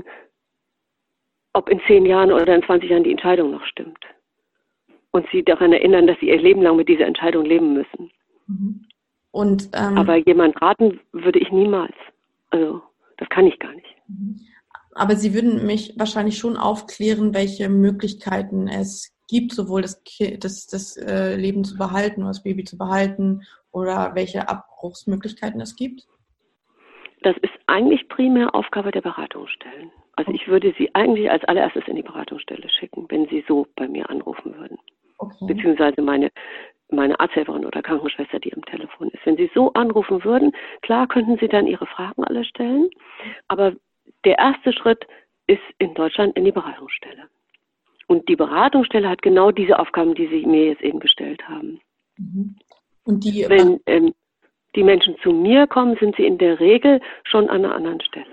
ob in 10 Jahren oder in 20 Jahren die Entscheidung noch stimmt. Und sie daran erinnern, dass sie ihr Leben lang mit dieser Entscheidung leben müssen. Und, aber jemand raten würde ich niemals. Also das kann ich gar nicht. Aber Sie würden mich wahrscheinlich schon aufklären, welche Möglichkeiten es gibt, sowohl das Leben zu behalten oder das Baby zu behalten oder welche Abbruchsmöglichkeiten es gibt? Das ist eigentlich primär Aufgabe der Beratungsstellen. Also ich würde Sie eigentlich als allererstes in die Beratungsstelle schicken, wenn Sie so bei mir anrufen würden. Okay. Beziehungsweise meine Arzthelferin oder Krankenschwester, die am Telefon ist. Wenn Sie so anrufen würden, klar könnten Sie dann Ihre Fragen alle stellen, aber der erste Schritt ist in Deutschland in die Beratungsstelle. Und die Beratungsstelle hat genau diese Aufgaben, die Sie mir jetzt eben gestellt haben. Und wenn die Menschen zu mir kommen, sind sie in der Regel schon an einer anderen Stelle.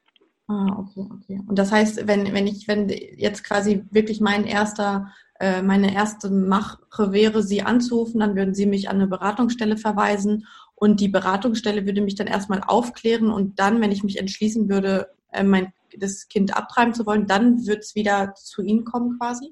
Okay. Und das heißt, wenn jetzt quasi wirklich meine erste Mache wäre, Sie anzurufen, dann würden Sie mich an eine Beratungsstelle verweisen und die Beratungsstelle würde mich dann erstmal aufklären und dann, wenn ich mich entschließen würde, das Kind abtreiben zu wollen, dann wird es wieder zu Ihnen kommen quasi?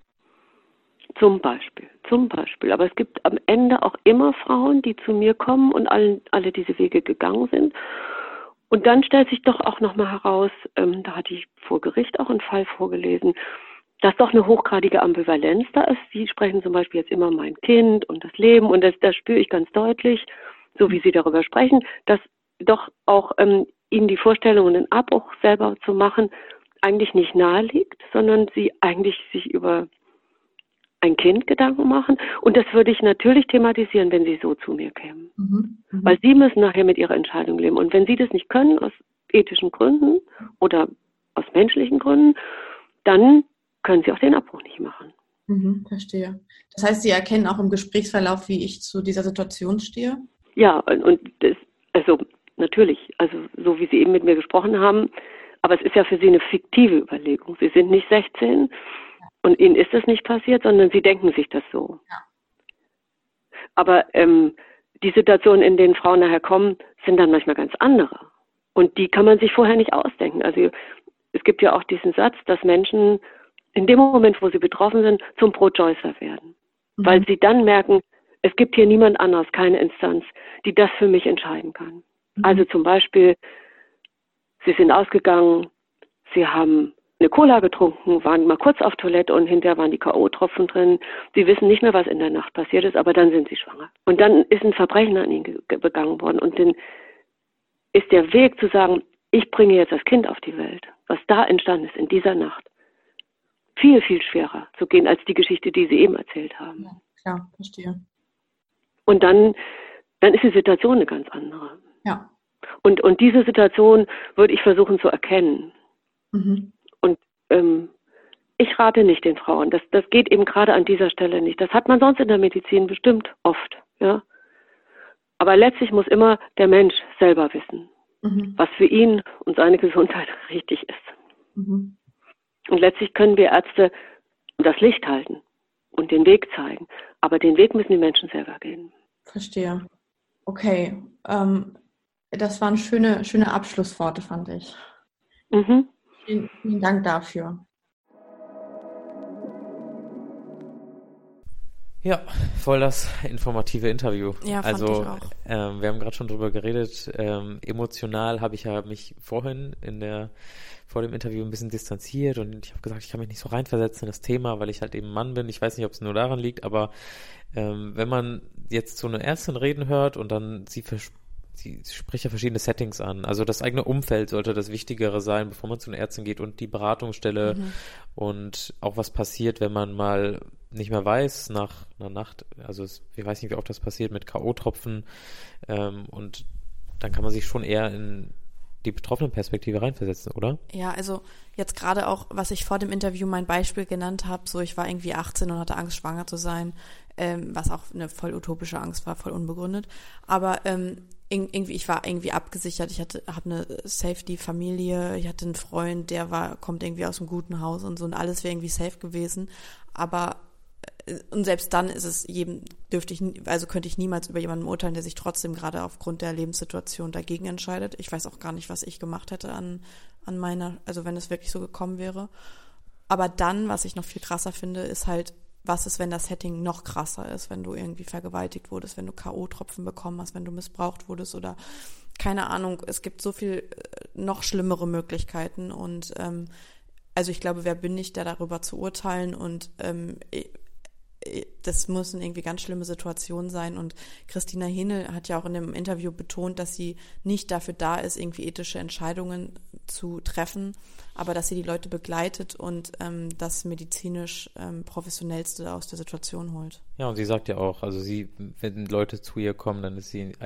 Zum Beispiel. Aber es gibt am Ende auch immer Frauen, die zu mir kommen und alle diese Wege gegangen sind. Und dann stellt sich doch auch nochmal heraus, da hatte ich vor Gericht auch einen Fall vorgelesen, dass doch eine hochgradige Ambivalenz da ist. Sie sprechen zum Beispiel jetzt immer mein Kind und das Leben und das spüre ich ganz deutlich, so wie Sie darüber sprechen, dass doch auch Ihnen die Vorstellung, einen Abbruch selber zu machen, eigentlich nicht nahe liegt, sondern Sie eigentlich sich über ein Kind Gedanken machen. Und das würde ich natürlich thematisieren, wenn Sie so zu mir kämen. Weil Sie müssen nachher mit Ihrer Entscheidung leben. Und wenn Sie das nicht können, aus ethischen Gründen oder aus menschlichen Gründen, dann können Sie auch den Abbruch nicht machen. Verstehe. Das heißt, Sie erkennen auch im Gesprächsverlauf, wie ich zu dieser Situation stehe? Ja, und das, also natürlich, also so wie Sie eben mit mir gesprochen haben, aber es ist ja für Sie eine fiktive Überlegung. Sie sind nicht 16 und Ihnen ist das nicht passiert, sondern Sie denken sich das so. Ja. Aber die Situationen, in denen Frauen nachher kommen, sind dann manchmal ganz andere. Und die kann man sich vorher nicht ausdenken. Also es gibt ja auch diesen Satz, dass Menschen in dem Moment, wo sie betroffen sind, zum Pro-Choicer werden. Weil sie dann merken, es gibt hier niemand anderes, keine Instanz, die das für mich entscheiden kann. Also zum Beispiel, sie sind ausgegangen, sie haben eine Cola getrunken, waren mal kurz auf Toilette und hinterher waren die K.O.-Tropfen drin. Sie wissen nicht mehr, was in der Nacht passiert ist, aber dann sind sie schwanger. Und dann ist ein Verbrechen an ihnen begangen worden. Und dann ist der Weg zu sagen, ich bringe jetzt das Kind auf die Welt, was da entstanden ist in dieser Nacht, viel, viel schwerer zu gehen als die Geschichte, die Sie eben erzählt haben. Ja, klar, verstehe. Und dann ist die Situation eine ganz andere. Ja. Und diese Situation würde ich versuchen zu erkennen. Und ich rate nicht den Frauen. Das geht eben gerade an dieser Stelle nicht. Das hat man sonst in der Medizin bestimmt oft. Ja? Aber letztlich muss immer der Mensch selber wissen, was für ihn und seine Gesundheit richtig ist. Und letztlich können wir Ärzte das Licht halten und den Weg zeigen. Aber den Weg müssen die Menschen selber gehen. Verstehe. Okay. Das waren schöne Abschlussworte, fand ich. Vielen Dank dafür. Ja, voll das informative Interview. Ja, fand ich auch. Wir haben gerade schon drüber geredet. Emotional habe ich ja mich vorhin vor dem Interview ein bisschen distanziert und ich habe gesagt, ich kann mich nicht so reinversetzen in das Thema, weil ich halt eben Mann bin. Ich weiß nicht, ob es nur daran liegt, aber wenn man jetzt so eine Ärztin reden hört und dann sie spricht ja verschiedene Settings an. Also das eigene Umfeld sollte das Wichtigere sein, bevor man zu einer Ärztin geht und die Beratungsstelle und auch was passiert, wenn man mal nicht mehr weiß nach einer Nacht. Also ich weiß nicht, wie oft das passiert mit K.O.-Tropfen und dann kann man sich schon eher in die Betroffenenperspektive reinversetzen, oder? Ja, also jetzt gerade auch, was ich vor dem Interview mein Beispiel genannt habe, so ich war irgendwie 18 und hatte Angst, schwanger zu sein, was auch eine voll utopische Angst war, voll unbegründet. Aber irgendwie, ich war irgendwie abgesichert, habe eine Safety-Familie, ich hatte einen Freund, kommt irgendwie aus einem guten Haus und so und alles wäre irgendwie safe gewesen. Aber und selbst dann ist es könnte ich niemals über jemanden urteilen, der sich trotzdem gerade aufgrund der Lebenssituation dagegen entscheidet. Ich weiß auch gar nicht, was ich gemacht hätte also wenn es wirklich so gekommen wäre. Aber dann, was ich noch viel krasser finde, ist halt, was ist, wenn das Setting noch krasser ist, wenn du irgendwie vergewaltigt wurdest, wenn du K.O.-Tropfen bekommen hast, wenn du missbraucht wurdest oder keine Ahnung, es gibt so viel noch schlimmere Möglichkeiten und also ich glaube, wer bin ich, da darüber zu urteilen und das müssen irgendwie ganz schlimme Situationen sein und Christina Henel hat ja auch in dem Interview betont, dass sie nicht dafür da ist, irgendwie ethische Entscheidungen zu treffen, aber dass sie die Leute begleitet und das medizinisch Professionellste aus der Situation holt. Ja, und sie sagt ja auch, also wenn Leute zu ihr kommen, dann ist sie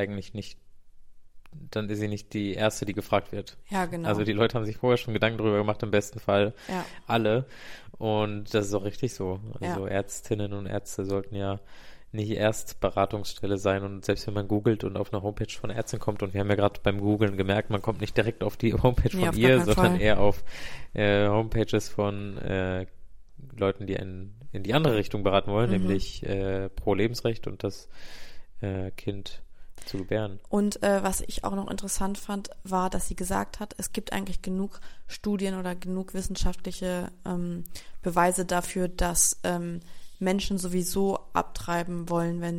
nicht die Erste, die gefragt wird. Ja, genau. Also die Leute haben sich vorher schon Gedanken darüber gemacht, im besten Fall alle. Und das ist auch richtig so. Also Ärztinnen und Ärzte sollten ja nicht erst Beratungsstelle sein und selbst wenn man googelt und auf eine Homepage von Ärzten kommt und wir haben ja gerade beim Googlen gemerkt, man kommt nicht direkt auf die Homepage von ihr, sondern eher auf Homepages von Leuten, die in die andere Richtung beraten wollen, nämlich pro Lebensrecht und das Kind zu gebären. Und was ich auch noch interessant fand, war, dass sie gesagt hat, es gibt eigentlich genug Studien oder genug wissenschaftliche Beweise dafür, dass Menschen sowieso abtreiben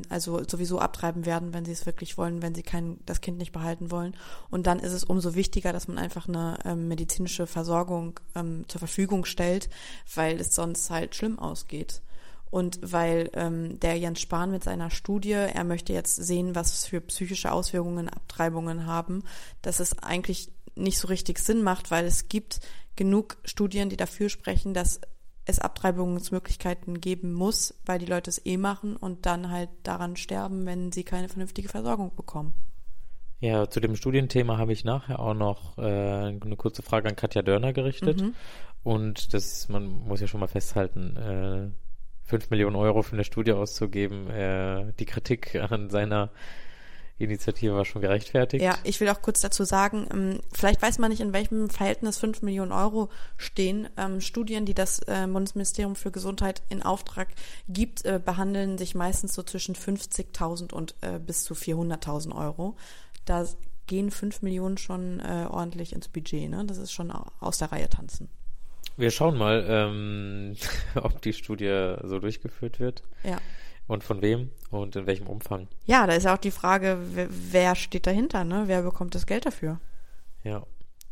werden, wenn sie es wirklich wollen, wenn sie das Kind nicht behalten wollen. Und dann ist es umso wichtiger, dass man einfach eine medizinische Versorgung zur Verfügung stellt, weil es sonst halt schlimm ausgeht. Und weil der Jens Spahn mit seiner Studie, er möchte jetzt sehen, was für psychische Auswirkungen Abtreibungen haben, dass es eigentlich nicht so richtig Sinn macht, weil es gibt genug Studien, die dafür sprechen, dass es Abtreibungsmöglichkeiten geben muss, weil die Leute es machen und dann halt daran sterben, wenn sie keine vernünftige Versorgung bekommen. Ja, zu dem Studienthema habe ich nachher auch noch eine kurze Frage an Katja Dörner gerichtet. Und man muss ja schon mal festhalten, 5 Millionen Euro für eine Studie auszugeben, die Kritik an seiner Initiative war schon gerechtfertigt. Ja, ich will auch kurz dazu sagen, vielleicht weiß man nicht, in welchem Verhältnis 5 Millionen Euro stehen. Studien, die das Bundesministerium für Gesundheit in Auftrag gibt, behandeln sich meistens so zwischen 50.000 und bis zu 400.000 Euro. Da gehen 5 Millionen schon ordentlich ins Budget, ne? Das ist schon aus der Reihe tanzen. Wir schauen mal, ob die Studie so durchgeführt wird. Ja. Und von wem und in welchem Umfang. Ja, da ist ja auch die Frage, wer steht dahinter, ne? Wer bekommt das Geld dafür? Ja.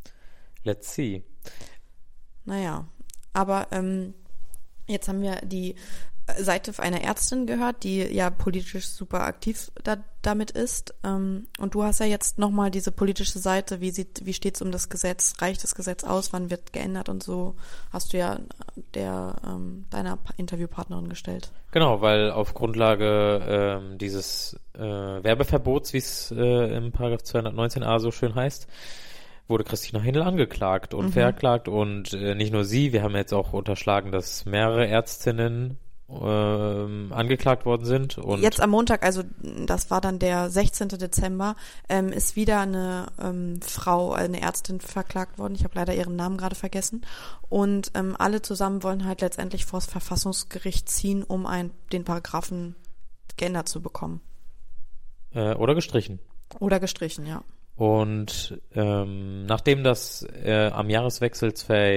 Let's see. Naja, aber jetzt haben wir die Seite einer Ärztin gehört, die ja politisch super aktiv damit ist. Und du hast ja jetzt nochmal diese politische Seite, wie steht's um das Gesetz? Reicht das Gesetz aus? Wann wird geändert? Und so hast du ja deiner Interviewpartnerin gestellt. Genau, weil auf Grundlage dieses Werbeverbots, wie es im Paragraph 219a so schön heißt, wurde Christina Henel angeklagt und verklagt und nicht nur sie, wir haben jetzt auch unterschlagen, dass mehrere Ärztinnen angeklagt worden sind. Und jetzt am Montag, also das war dann der 16. Dezember, ist wieder eine Frau, eine Ärztin verklagt worden. Ich habe leider ihren Namen gerade vergessen. Und alle zusammen wollen halt letztendlich vor das Verfassungsgericht ziehen, um den Paragraphen geändert zu bekommen. Oder gestrichen. Oder gestrichen, ja. Und nachdem das am Jahreswechsel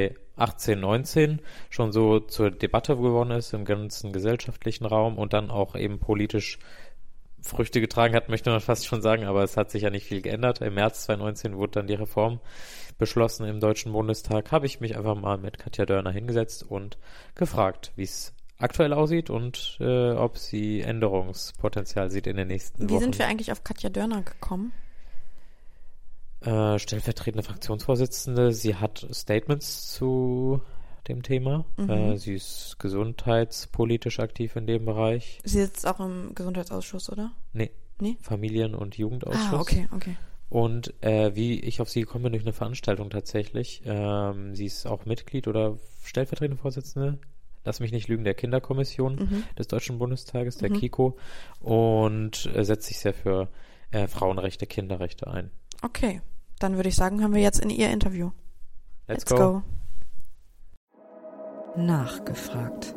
2018/19 schon so zur Debatte geworden ist im ganzen gesellschaftlichen Raum und dann auch eben politisch Früchte getragen hat, möchte man fast schon sagen, aber es hat sich ja nicht viel geändert. Im März 2019 wurde dann die Reform beschlossen im Deutschen Bundestag. Habe ich mich einfach mal mit Katja Dörner hingesetzt und gefragt, wie es aktuell aussieht und ob sie Änderungspotenzial sieht in den nächsten Wochen. Wie sind wir eigentlich auf Katja Dörner gekommen? Stellvertretende Fraktionsvorsitzende. Sie hat Statements zu dem Thema. Sie ist gesundheitspolitisch aktiv in dem Bereich. Sie sitzt auch im Gesundheitsausschuss, oder? Nee. Familien- und Jugendausschuss. Okay. Und wie ich auf sie gekommen bin, durch eine Veranstaltung tatsächlich. Sie ist auch Mitglied oder stellvertretende Vorsitzende, lass mich nicht lügen, der Kinderkommission des Deutschen Bundestages, der KiKo, und setzt sich sehr für Frauenrechte, Kinderrechte ein. Okay, dann würde ich sagen, haben wir jetzt in ihr Interview. Let's go. Nachgefragt.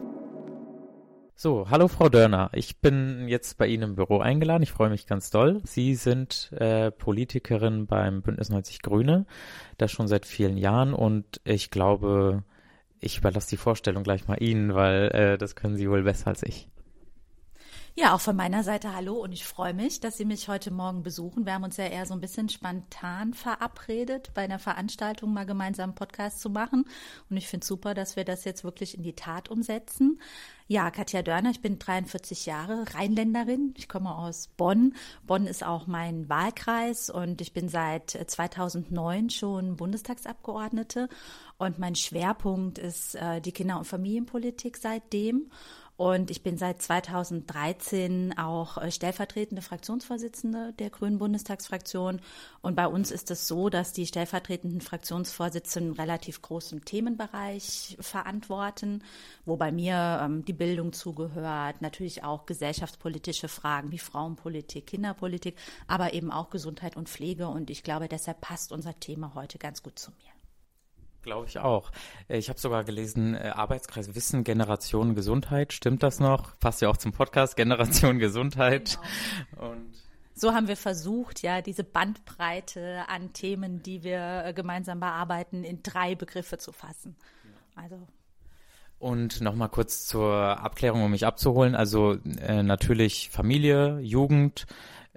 So, hallo Frau Dörner. Ich bin jetzt bei Ihnen im Büro eingeladen. Ich freue mich ganz doll. Sie sind Politikerin beim Bündnis 90 Grüne, das schon seit vielen Jahren, und ich glaube, ich überlasse die Vorstellung gleich mal Ihnen, weil das können Sie wohl besser als ich. Ja, auch von meiner Seite hallo, und ich freue mich, dass Sie mich heute Morgen besuchen. Wir haben uns ja eher so ein bisschen spontan verabredet, bei einer Veranstaltung mal gemeinsam einen Podcast zu machen, und ich finde es super, dass wir das jetzt wirklich in die Tat umsetzen. Ja, Katja Dörner, ich bin 43 Jahre, Rheinländerin, ich komme aus Bonn. Bonn ist auch mein Wahlkreis, und ich bin seit 2009 schon Bundestagsabgeordnete, und mein Schwerpunkt ist die Kinder- und Familienpolitik seitdem. Und ich bin seit 2013 auch stellvertretende Fraktionsvorsitzende der Grünen Bundestagsfraktion. Und bei uns ist es so, dass die stellvertretenden Fraktionsvorsitzenden einen relativ großen Themenbereich verantworten, wo bei mir die Bildung zugehört, natürlich auch gesellschaftspolitische Fragen wie Frauenpolitik, Kinderpolitik, aber eben auch Gesundheit und Pflege. Und ich glaube, deshalb passt unser Thema heute ganz gut zu mir. Glaube ich auch. Ich habe sogar gelesen, Arbeitskreis Wissen, Generation Gesundheit. Stimmt das noch? Passt ja auch zum Podcast, Generation Gesundheit. Genau. Und so haben wir versucht, ja, diese Bandbreite an Themen, die wir gemeinsam bearbeiten, in 3 Begriffe zu fassen. Also. Und nochmal kurz zur Abklärung, um mich abzuholen. Also natürlich Familie, Jugend.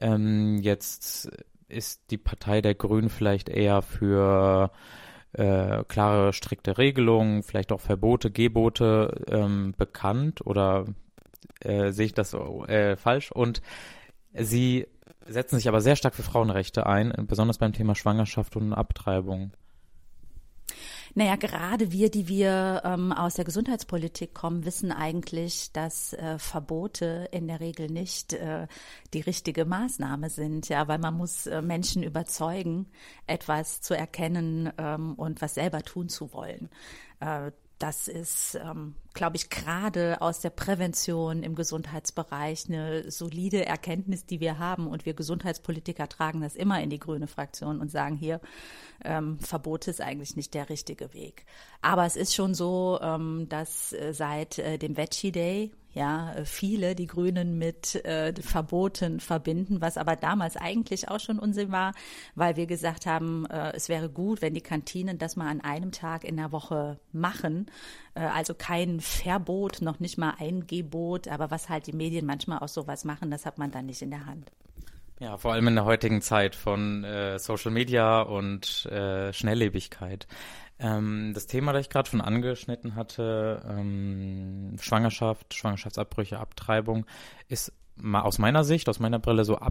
Jetzt ist die Partei der Grünen vielleicht eher für klare, strikte Regelungen, vielleicht auch Verbote, Gebote bekannt, oder sehe ich das falsch? Und Sie setzen sich aber sehr stark für Frauenrechte ein, besonders beim Thema Schwangerschaft und Abtreibung. Naja, gerade wir, die wir aus der Gesundheitspolitik kommen, wissen eigentlich, dass Verbote in der Regel nicht die richtige Maßnahme sind, ja, weil man muss Menschen überzeugen, etwas zu erkennen und was selber tun zu wollen. Das ist, glaube ich, gerade aus der Prävention im Gesundheitsbereich eine solide Erkenntnis, die wir haben. Und wir Gesundheitspolitiker tragen das immer in die grüne Fraktion und sagen hier, Verbote ist eigentlich nicht der richtige Weg. Aber es ist schon so, dass seit dem Veggie Day ja viele die Grünen mit Verboten verbinden, was aber damals eigentlich auch schon Unsinn war, weil wir gesagt haben, es wäre gut, wenn die Kantinen das mal an einem Tag in der Woche machen. Also kein Verbot, noch nicht mal ein Gebot, aber was halt die Medien manchmal aus sowas machen, das hat man dann nicht in der Hand. Ja, vor allem in der heutigen Zeit von Social Media und Schnelllebigkeit. Das Thema, das ich gerade schon angeschnitten hatte, Schwangerschaft, Schwangerschaftsabbrüche, Abtreibung, ist aus meiner Sicht, aus meiner Brille so ab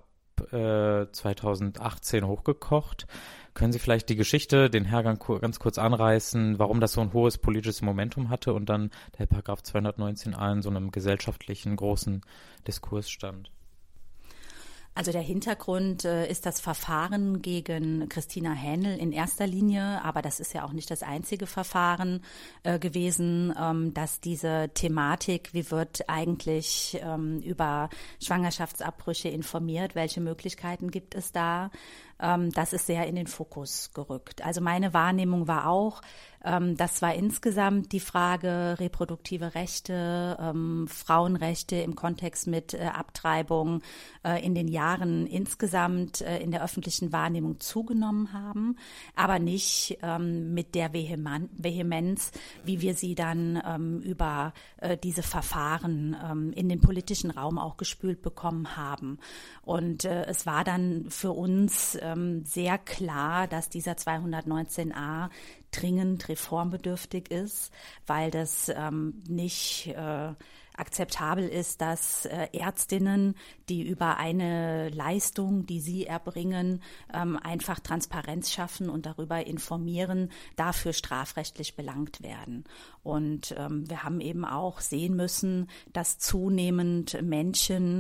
2018 hochgekocht. Können Sie vielleicht die Geschichte, den Hergang ganz kurz anreißen, warum das so ein hohes politisches Momentum hatte und dann der Paragraph 219a in so einem gesellschaftlichen großen Diskurs stand? Also der Hintergrund ist das Verfahren gegen Christina Hähnel in erster Linie, aber das ist ja auch nicht das einzige Verfahren gewesen, dass diese Thematik, wie wird eigentlich über Schwangerschaftsabbrüche informiert, welche Möglichkeiten gibt es da, das ist sehr in den Fokus gerückt. Also meine Wahrnehmung war auch, das war insgesamt die Frage reproduktive Rechte, Frauenrechte im Kontext mit Abtreibung in den Jahren insgesamt in der öffentlichen Wahrnehmung zugenommen haben, aber nicht mit der Vehemenz, wie wir sie dann über diese Verfahren in den politischen Raum auch gespült bekommen haben. Und es war dann für uns sehr klar, dass dieser 219a dringend reformbedürftig ist, weil das nicht akzeptabel ist, dass Ärztinnen, die über eine Leistung, die sie erbringen, einfach Transparenz schaffen und darüber informieren, dafür strafrechtlich belangt werden. Und wir haben eben auch sehen müssen, dass zunehmend Menschen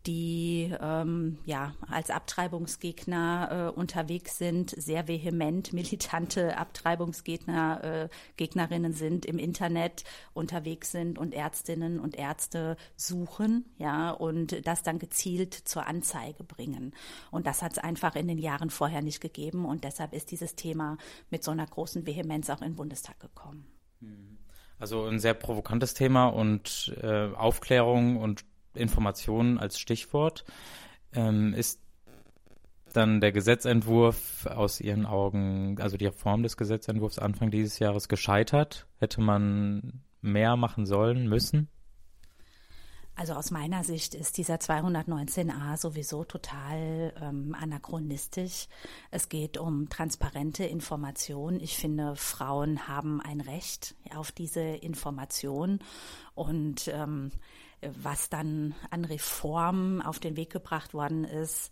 die als Abtreibungsgegner unterwegs sind, sehr vehement militante Abtreibungsgegner, Gegnerinnen sind, im Internet unterwegs sind und Ärztinnen und Ärzte suchen, ja, und das dann gezielt zur Anzeige bringen. Und das hat es einfach in den Jahren vorher nicht gegeben und deshalb ist dieses Thema mit so einer großen Vehemenz auch in den Bundestag gekommen. Also ein sehr provokantes Thema und Aufklärung und Informationen als Stichwort. Ist dann der Gesetzentwurf aus Ihren Augen, also die Reform des Gesetzentwurfs Anfang dieses Jahres gescheitert? Hätte man mehr machen sollen, müssen? Also aus meiner Sicht ist dieser 219a sowieso total anachronistisch. Es geht um transparente Information. Ich finde, Frauen haben ein Recht auf diese Information. Und was dann an Reformen auf den Weg gebracht worden ist,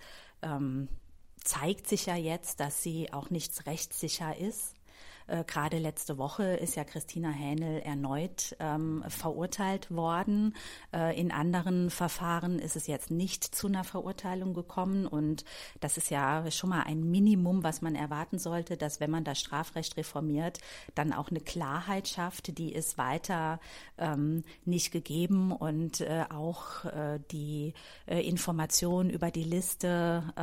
zeigt sich ja jetzt, dass sie auch nicht rechtssicher ist. Gerade letzte Woche ist ja Christina Hähnel erneut verurteilt worden. In anderen Verfahren ist es jetzt nicht zu einer Verurteilung gekommen. Und das ist ja schon mal ein Minimum, was man erwarten sollte, dass wenn man das Strafrecht reformiert, dann auch eine Klarheit schafft. Die ist weiter nicht gegeben. Und auch die Information über die Liste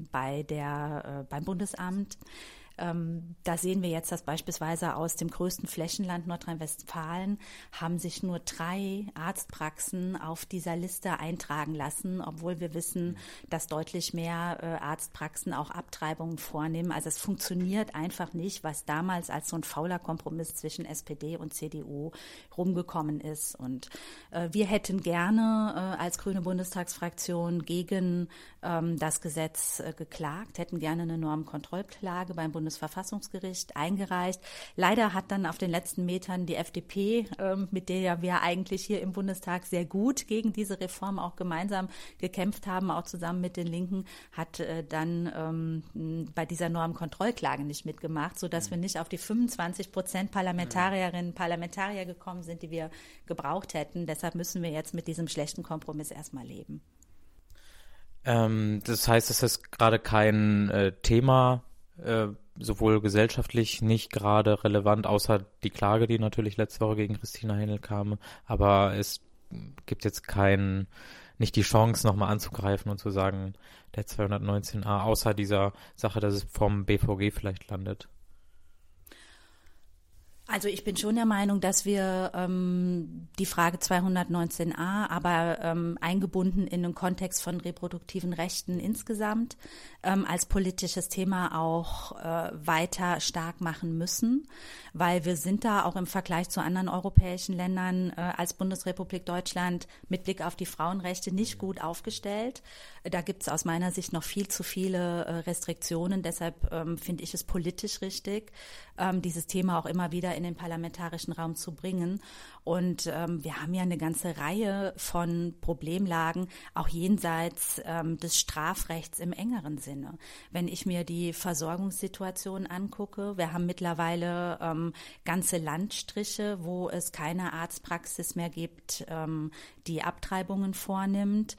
beim Bundesamt. Da sehen wir jetzt, dass beispielsweise aus dem größten Flächenland Nordrhein-Westfalen haben sich nur 3 Arztpraxen auf dieser Liste eintragen lassen, obwohl wir wissen, dass deutlich mehr Arztpraxen auch Abtreibungen vornehmen. Also es funktioniert einfach nicht, was damals als so ein fauler Kompromiss zwischen SPD und CDU rumgekommen ist. Und wir hätten gerne als grüne Bundestagsfraktion gegen das Gesetz geklagt, hätten gerne eine Normkontrollklage beim Bundesverfassungsgericht eingereicht. Leider hat dann auf den letzten Metern die FDP, mit der wir eigentlich hier im Bundestag sehr gut gegen diese Reform auch gemeinsam gekämpft haben, auch zusammen mit den Linken, hat dann bei dieser Normkontrollklage nicht mitgemacht, sodass wir nicht auf die 25% Parlamentarierinnen und Parlamentarier gekommen sind, die wir gebraucht hätten. Deshalb müssen wir jetzt mit diesem schlechten Kompromiss erstmal leben. Das heißt, es ist gerade kein Thema, sowohl gesellschaftlich nicht gerade relevant, außer die Klage, die natürlich letzte Woche gegen Christina Hähnel kam. Aber es gibt jetzt nicht die Chance, nochmal anzugreifen und zu sagen, der 219a, außer dieser Sache, dass es vom BVG vielleicht landet. Also ich bin schon der Meinung, dass wir die Frage 219a, aber eingebunden in den Kontext von reproduktiven Rechten insgesamt als politisches Thema auch weiter stark machen müssen, weil wir sind da auch im Vergleich zu anderen europäischen Ländern als Bundesrepublik Deutschland mit Blick auf die Frauenrechte nicht gut aufgestellt. Da gibt es aus meiner Sicht noch viel zu viele Restriktionen. Deshalb finde ich es politisch richtig, dieses Thema auch immer wieder in den parlamentarischen Raum zu bringen. Und wir haben ja eine ganze Reihe von Problemlagen, auch jenseits des Strafrechts im engeren Sinne. Wenn ich mir die Versorgungssituation angucke, wir haben mittlerweile ganze Landstriche, wo es keine Arztpraxis mehr gibt, die Abtreibungen vornimmt.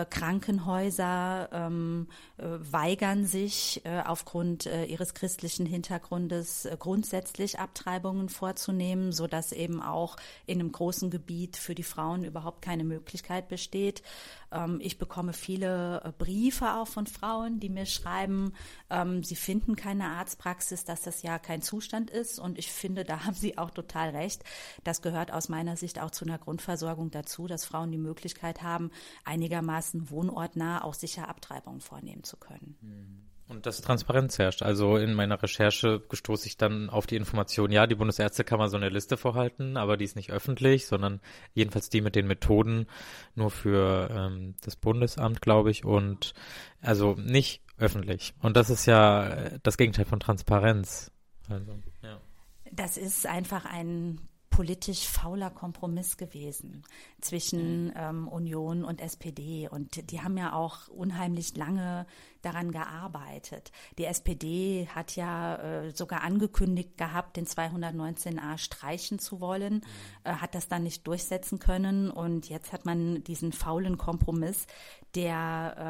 Krankenhäuser weigern sich aufgrund ihres christlichen Hintergrundes grundsätzlich Abtreibungen vorzunehmen, sodass eben auch in einem großen Gebiet für die Frauen überhaupt keine Möglichkeit besteht. Ich bekomme viele Briefe auch von Frauen, die mir schreiben, sie finden keine Arztpraxis, dass das ja kein Zustand ist. Und ich finde, da haben sie auch total recht. Das gehört aus meiner Sicht auch zu einer Grundversorgung dazu, dass Frauen die Möglichkeit haben, einigermaßen wohnortnah auch sicher Abtreibungen vornehmen zu können. Und dass Transparenz herrscht. Also in meiner Recherche stoße ich dann auf die Information, ja, die Bundesärztekammer so eine Liste vorhalten, aber die ist nicht öffentlich, sondern jedenfalls die mit den Methoden nur für das Bundesamt, glaube ich, und also nicht öffentlich. Und das ist ja das Gegenteil von Transparenz. Also, ja. Das ist einfach ein politisch fauler Kompromiss gewesen zwischen Union und SPD. Und die haben ja auch unheimlich lange daran gearbeitet. Die SPD hat ja sogar angekündigt gehabt, den 219a streichen zu wollen, hat das dann nicht durchsetzen können. Und jetzt hat man diesen faulen Kompromiss, der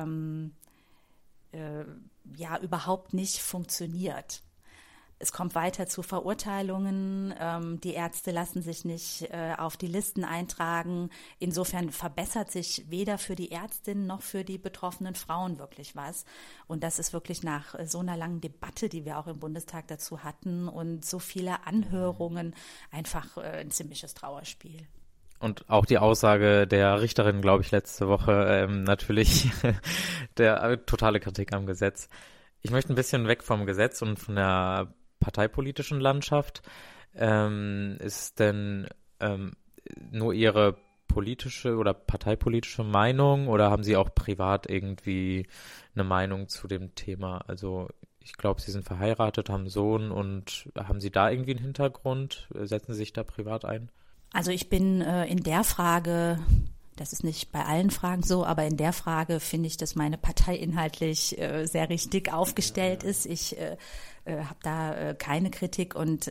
ja überhaupt nicht funktioniert. Es kommt weiter zu Verurteilungen. Die Ärzte lassen sich nicht auf die Listen eintragen. Insofern verbessert sich weder für die Ärztinnen noch für die betroffenen Frauen wirklich was. Und das ist wirklich nach so einer langen Debatte, die wir auch im Bundestag dazu hatten und so viele Anhörungen, einfach ein ziemliches Trauerspiel. Und auch die Aussage der Richterin, glaube ich, letzte Woche, natürlich der totale Kritik am Gesetz. Ich möchte ein bisschen weg vom Gesetz und von der parteipolitischen Landschaft. Ist denn nur Ihre politische oder parteipolitische Meinung oder haben Sie auch privat irgendwie eine Meinung zu dem Thema? Also ich glaube, Sie sind verheiratet, haben einen Sohn und haben Sie da irgendwie einen Hintergrund? Setzen Sie sich da privat ein? Also ich bin in der Frage, das ist nicht bei allen Fragen so, aber in der Frage finde ich, dass meine Partei inhaltlich sehr richtig aufgestellt ist. Ich habe da keine Kritik und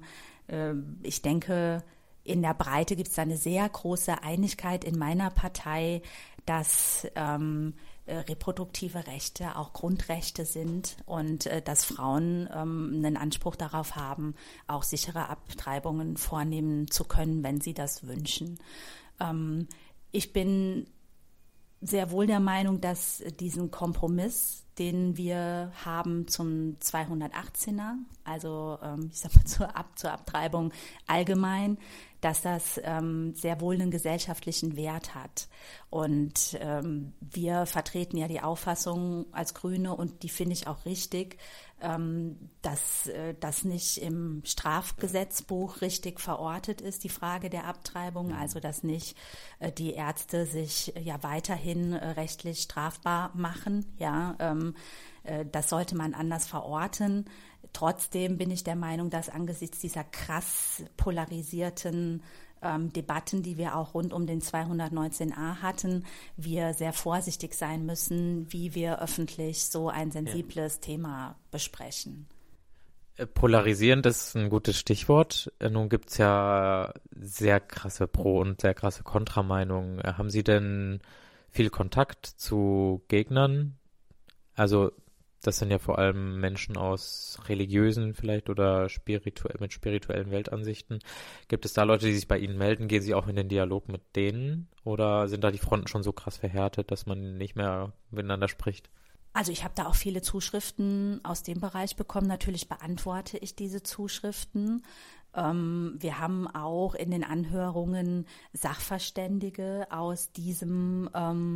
ich denke, in der Breite gibt es da eine sehr große Einigkeit in meiner Partei, dass reproduktive Rechte auch Grundrechte sind und dass Frauen einen Anspruch darauf haben, auch sichere Abtreibungen vornehmen zu können, wenn sie das wünschen. Ich bin sehr wohl der Meinung, dass diesen Kompromiss, den wir haben zum 218er, also ich sag mal zur Abtreibung allgemein, dass das sehr wohl einen gesellschaftlichen Wert hat. Und wir vertreten ja die Auffassung als Grüne, und die finde ich auch richtig, dass das nicht im Strafgesetzbuch richtig verortet ist, die Frage der Abtreibung, also dass nicht die Ärzte sich ja weiterhin rechtlich strafbar machen, ja, das sollte man anders verorten. Trotzdem bin ich der Meinung, dass angesichts dieser krass polarisierten Debatten, die wir auch rund um den 219a hatten, wir sehr vorsichtig sein müssen, wie wir öffentlich so ein sensibles Thema besprechen. Polarisierend ist ein gutes Stichwort. Nun gibt es ja sehr krasse Pro- und sehr krasse Kontrameinungen. Haben Sie denn viel Kontakt zu Gegnern? Also das sind ja vor allem Menschen aus religiösen vielleicht oder mit spirituellen Weltansichten. Gibt es da Leute, die sich bei Ihnen melden? Gehen Sie auch in den Dialog mit denen? Oder sind da die Fronten schon so krass verhärtet, dass man nicht mehr miteinander spricht? Also ich habe da auch viele Zuschriften aus dem Bereich bekommen. Natürlich beantworte ich diese Zuschriften. Wir haben auch in den Anhörungen Sachverständige aus diesem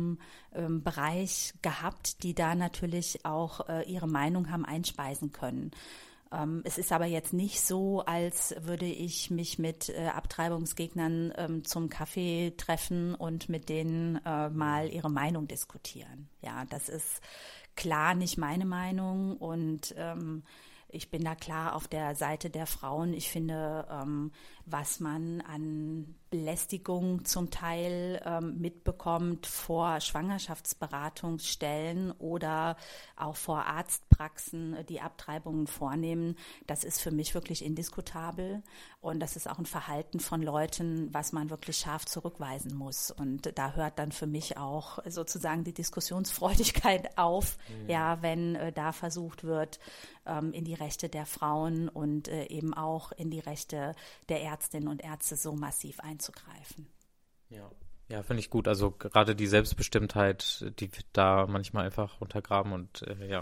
Bereich gehabt, die da natürlich auch ihre Meinung haben einspeisen können. Es ist aber jetzt nicht so, als würde ich mich mit Abtreibungsgegnern zum Kaffee treffen und mit denen mal ihre Meinung diskutieren. Ja, das ist klar nicht meine Meinung und ich bin da klar auf der Seite der Frauen. Ich finde, was man an Belästigung zum Teil mitbekommt vor Schwangerschaftsberatungsstellen oder auch vor Arztpraxen, die Abtreibungen vornehmen, das ist für mich wirklich indiskutabel. Und das ist auch ein Verhalten von Leuten, was man wirklich scharf zurückweisen muss. Und da hört dann für mich auch sozusagen die Diskussionsfreudigkeit auf, ja, wenn da versucht wird, in die Rechte der Frauen und eben auch in die Rechte der Ärztinnen und Ärzte so massiv einzugreifen. Ja, finde ich gut. Also gerade die Selbstbestimmtheit, die wird da manchmal einfach untergraben und ja.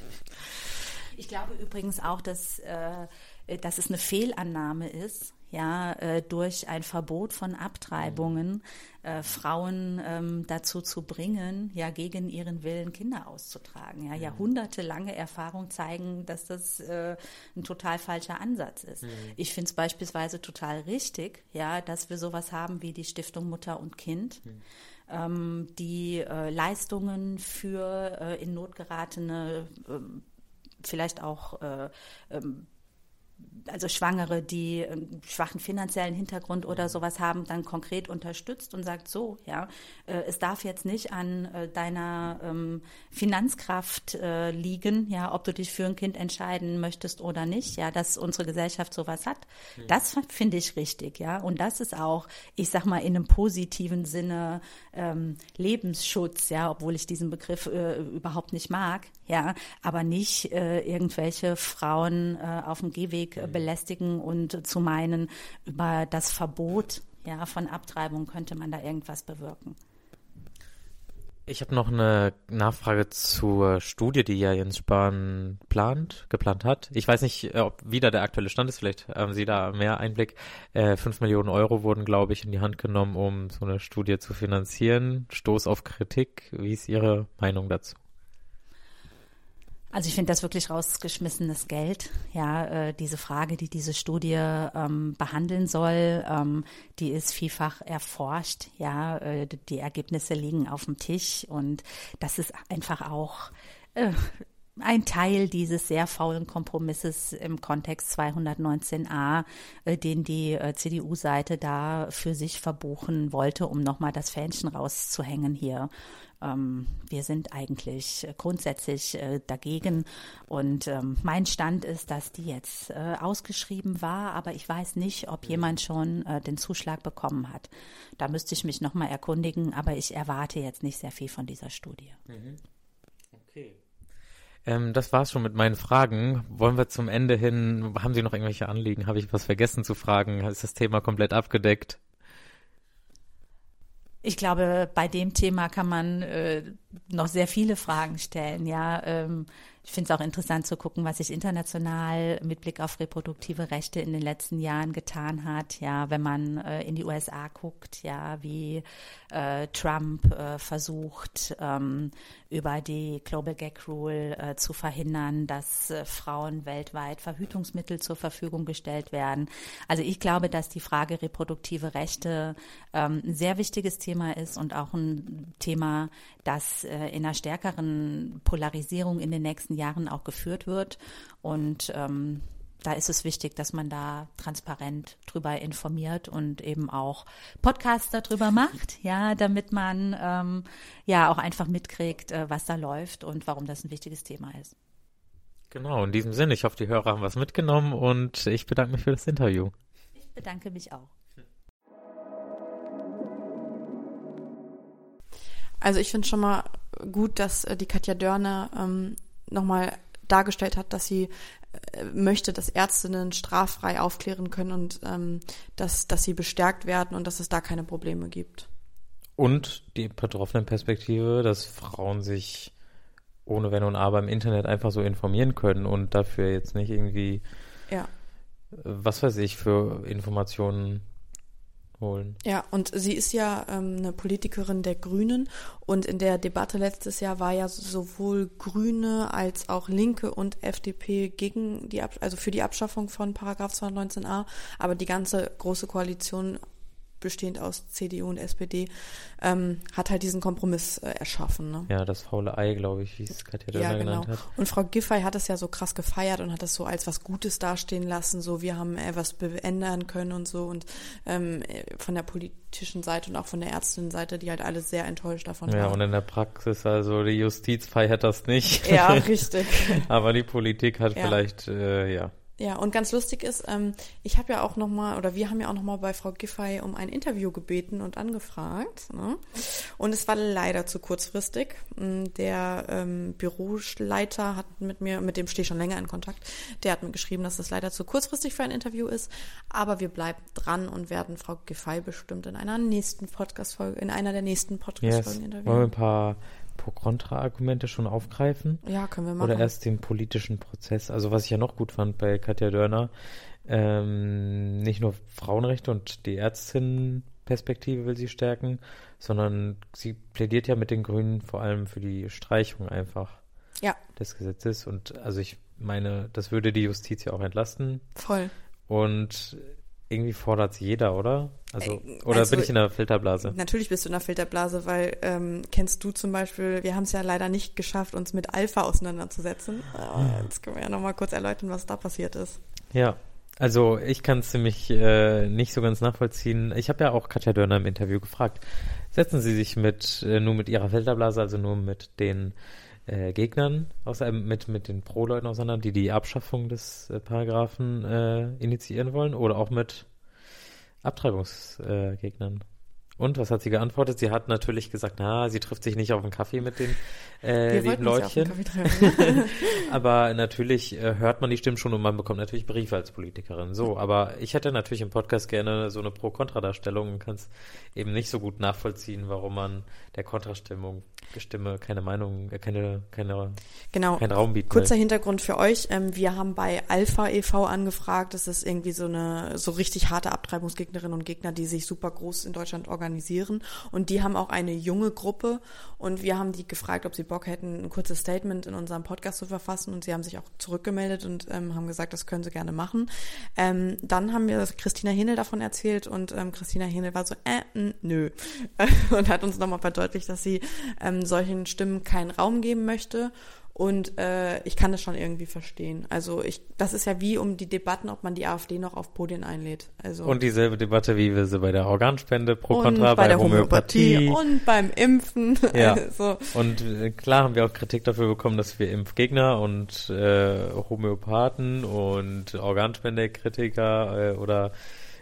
Ich glaube übrigens auch, dass es eine Fehlannahme ist, ja, durch ein Verbot von Abtreibungen Frauen dazu zu bringen, ja, gegen ihren Willen Kinder auszutragen. Ja, jahrhundertelange Erfahrung zeigen, dass das ein total falscher Ansatz ist. Ich finde es beispielsweise total richtig, ja, dass wir sowas haben wie die Stiftung Mutter und Kind, die Leistungen für in Not geratene, vielleicht auch also Schwangere, die einen schwachen finanziellen Hintergrund oder sowas haben, dann konkret unterstützt und sagt so, ja, es darf jetzt nicht an deiner Finanzkraft liegen, ja, ob du dich für ein Kind entscheiden möchtest oder nicht, ja, dass unsere Gesellschaft sowas hat. Das finde ich richtig, ja, und das ist auch, ich sag mal, in einem positiven Sinne Lebensschutz, ja, obwohl ich diesen Begriff überhaupt nicht mag, ja, aber nicht irgendwelche Frauen auf dem Gehweg belästigen und zu meinen, über das Verbot, ja, von Abtreibung könnte man da irgendwas bewirken. Ich habe noch eine Nachfrage zur Studie, die ja Jens Spahn geplant hat. Ich weiß nicht, ob wieder der aktuelle Stand ist, vielleicht haben Sie da mehr Einblick. 5 Millionen Euro wurden, glaube ich, in die Hand genommen, um so eine Studie zu finanzieren. Stoß auf Kritik. Wie ist Ihre Meinung dazu? Also ich finde das wirklich rausgeschmissenes Geld. Ja, diese Frage, die diese Studie behandeln soll, die ist vielfach erforscht. Ja, die Ergebnisse liegen auf dem Tisch und das ist einfach auch ein Teil dieses sehr faulen Kompromisses im Kontext 219a, den die CDU-Seite da für sich verbuchen wollte, um nochmal das Fähnchen rauszuhängen hier. Wir sind eigentlich grundsätzlich dagegen und mein Stand ist, dass die jetzt ausgeschrieben war, aber ich weiß nicht, ob jemand schon den Zuschlag bekommen hat. Da müsste ich mich nochmal erkundigen, aber ich erwarte jetzt nicht sehr viel von dieser Studie. Okay. Das war's schon mit meinen Fragen. Wollen wir zum Ende hin, haben Sie noch irgendwelche Anliegen? Habe ich was vergessen zu fragen? Ist das Thema komplett abgedeckt? Ich glaube, bei dem Thema kann man noch sehr viele Fragen stellen. Ja, ich finde es auch interessant zu gucken, was sich international mit Blick auf reproduktive Rechte in den letzten Jahren getan hat. Ja, wenn man in die USA guckt, ja, wie Trump versucht, über die Global Gag Rule zu verhindern, dass Frauen weltweit Verhütungsmittel zur Verfügung gestellt werden. Also ich glaube, dass die Frage reproduktive Rechte ein sehr wichtiges Thema ist und auch ein Thema, das in einer stärkeren Polarisierung in den nächsten Jahren auch geführt wird. Und da ist es wichtig, dass man da transparent drüber informiert und eben auch Podcasts darüber macht, ja, damit man ja auch einfach mitkriegt, was da läuft und warum das ein wichtiges Thema ist. Genau, in diesem Sinne, ich hoffe, die Hörer haben was mitgenommen und ich bedanke mich für das Interview. Ich bedanke mich auch. Also ich finde schon mal gut, dass die Katja Dörner nochmal dargestellt hat, dass sie möchte, dass Ärztinnen straffrei aufklären können und dass sie bestärkt werden und dass es da keine Probleme gibt. Und die betroffenen Perspektive, dass Frauen sich ohne Wenn und Aber im Internet einfach so informieren können und dafür jetzt nicht irgendwie, was weiß ich, für Informationen holen. Ja, und sie ist ja eine Politikerin der Grünen und in der Debatte letztes Jahr war ja sowohl Grüne als auch Linke und FDP gegen also für die Abschaffung von Paragraph 219a, aber die ganze große Koalition bestehend aus CDU und SPD, hat halt diesen Kompromiss erschaffen. Ne? Ja, das faule Ei, glaube ich, wie es Katja Dörner genannt hat. Und Frau Giffey hat es ja so krass gefeiert und hat es so als was Gutes dastehen lassen, so wir haben was ändern können und so und von der politischen Seite und auch von der Ärztinnenseite, die halt alle sehr enttäuscht davon waren. Ja, und in der Praxis, also die Justiz feiert das nicht. Ja, richtig. Aber die Politik hat vielleicht, Ja, und ganz lustig ist, ich habe ja auch nochmal, oder wir haben ja auch nochmal bei Frau Giffey um ein Interview gebeten und angefragt. Ne? Und es war leider zu kurzfristig. Der Büroleiter hat mit dem stehe ich schon länger in Kontakt, der hat mir geschrieben, dass das leider zu kurzfristig für ein Interview ist. Aber wir bleiben dran und werden Frau Giffey bestimmt in einer nächsten Podcast-Folge, in einer der nächsten Podcast-Folgen interviewen. Wollen wir ein paar Pro-Kontra-Argumente schon aufgreifen? Ja, können wir machen. Oder erst den politischen Prozess. Also was ich ja noch gut fand bei Katja Dörner, nicht nur Frauenrechte und die Ärztinnenperspektive will sie stärken, sondern sie plädiert ja mit den Grünen vor allem für die Streichung einfach des Gesetzes. Und also ich meine, das würde die Justiz ja auch entlasten. Voll. Und irgendwie fordert es jeder, oder? Also bin ich in der Filterblase? Natürlich bist du in der Filterblase, weil kennst du zum Beispiel, wir haben es ja leider nicht geschafft, uns mit Alpha auseinanderzusetzen. Jetzt können wir ja nochmal kurz erläutern, was da passiert ist. Ja, Also ich kann es nämlich nicht so ganz nachvollziehen. Ich habe ja auch Katja Dörner im Interview gefragt, setzen Sie sich nur mit Ihrer Filterblase, also nur mit den Gegnern, mit den Pro-Leuten auseinander, die Abschaffung des Paragraphen initiieren wollen, oder auch mit Abtreibungsgegnern? Und was hat sie geantwortet? Sie hat natürlich gesagt, sie trifft sich nicht auf einen Kaffee mit den lieben Leutchen. Aber natürlich hört man die Stimmen schon und man bekommt natürlich Briefe als Politikerin. So, aber ich hätte natürlich im Podcast gerne so eine Pro-Kontra-Darstellung und kann es eben nicht so gut nachvollziehen, warum man der Kontrastimme keine Meinung, keinen Raum bieten Kurzer Hintergrund für euch. Wir haben bei Alpha e.V. angefragt. Das ist irgendwie so richtig harte Abtreibungsgegnerinnen und Gegner, die sich super groß in Deutschland organisieren. Und die haben auch eine junge Gruppe. Und wir haben die gefragt, ob sie Bock hätten, ein kurzes Statement in unserem Podcast zu verfassen. Und sie haben sich auch zurückgemeldet und haben gesagt, das können sie gerne machen. Dann haben wir Christina Hähnel davon erzählt und Christina Hähnel war so, nö. Und hat uns nochmal verdeutlicht, dass sie solchen Stimmen keinen Raum geben möchte. Und ich kann das schon irgendwie verstehen. Also das ist ja wie um die Debatten, ob man die AfD noch auf Podien einlädt. Also und dieselbe Debatte, wie wir sie bei der Organspende, Pro-Kontra, bei der Homöopathie und beim Impfen. Ja. Also. Und klar haben wir auch Kritik dafür bekommen, dass wir Impfgegner und Homöopathen und Organspendekritiker oder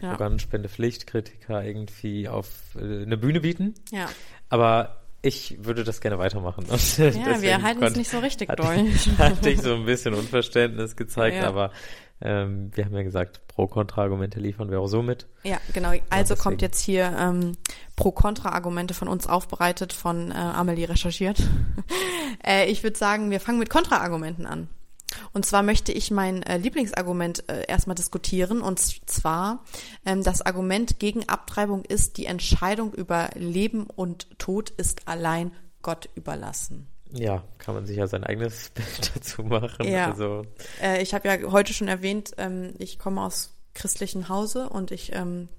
Organspendepflichtkritiker irgendwie auf eine Bühne bieten. Ja. Aber ich würde das gerne weitermachen. Und wir halten es nicht so richtig durch. Hatte ich so ein bisschen Unverständnis gezeigt, aber wir haben ja gesagt, Pro-Kontra-Argumente liefern wir auch so mit. Ja, genau. Also kommt jetzt hier Pro-Kontra-Argumente von uns aufbereitet, von Amelie recherchiert. Ich würde sagen, wir fangen mit Kontra-Argumenten an. Und zwar möchte ich mein Lieblingsargument erstmal diskutieren, und zwar das Argument gegen Abtreibung ist, die Entscheidung über Leben und Tod ist allein Gott überlassen. Ja, kann man sich ja sein eigenes Bild dazu machen. Ja. Also. Ich habe ja heute schon erwähnt, ich komme aus christlichem Hause und ich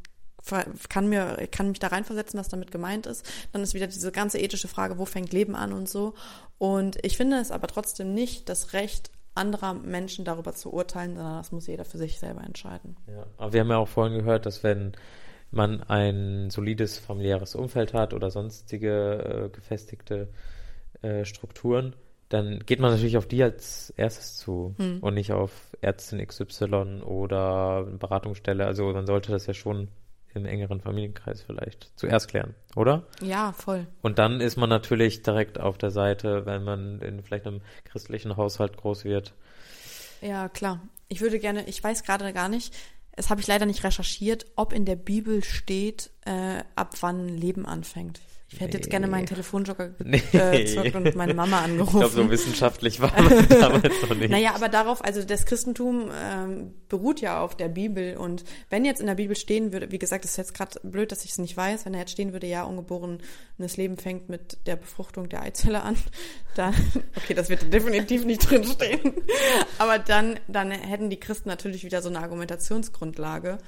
kann mich da reinversetzen, was damit gemeint ist. Dann ist wieder diese ganze ethische Frage, wo fängt Leben an und so. Und ich finde es aber trotzdem nicht das Recht anderer Menschen darüber zu urteilen, sondern das muss jeder für sich selber entscheiden. Ja, aber wir haben ja auch vorhin gehört, dass wenn man ein solides familiäres Umfeld hat oder sonstige gefestigte Strukturen, dann geht man natürlich auf die als erstes zu und nicht auf Ärztin XY oder eine Beratungsstelle. Also man sollte das ja schon im engeren Familienkreis vielleicht zuerst klären, oder? Ja, voll. Und dann ist man natürlich direkt auf der Seite, wenn man in vielleicht einem christlichen Haushalt groß wird. Ja, klar. Ich weiß gerade gar nicht, das habe ich leider nicht recherchiert, ob in der Bibel steht, ab wann Leben anfängt. Ich hätte jetzt gerne meinen Telefonjoker gezückt und meine Mama angerufen. Ich glaube, so wissenschaftlich war man damals noch nicht. Naja, aber darauf, also das Christentum beruht ja auf der Bibel, und wenn jetzt in der Bibel stehen würde, wie gesagt, das ist jetzt gerade blöd, dass ich es nicht weiß, wenn da jetzt stehen würde, ja, ungeborenes Leben fängt mit der Befruchtung der Eizelle an, dann, okay, das wird definitiv nicht drinstehen, aber dann hätten die Christen natürlich wieder so eine Argumentationsgrundlage.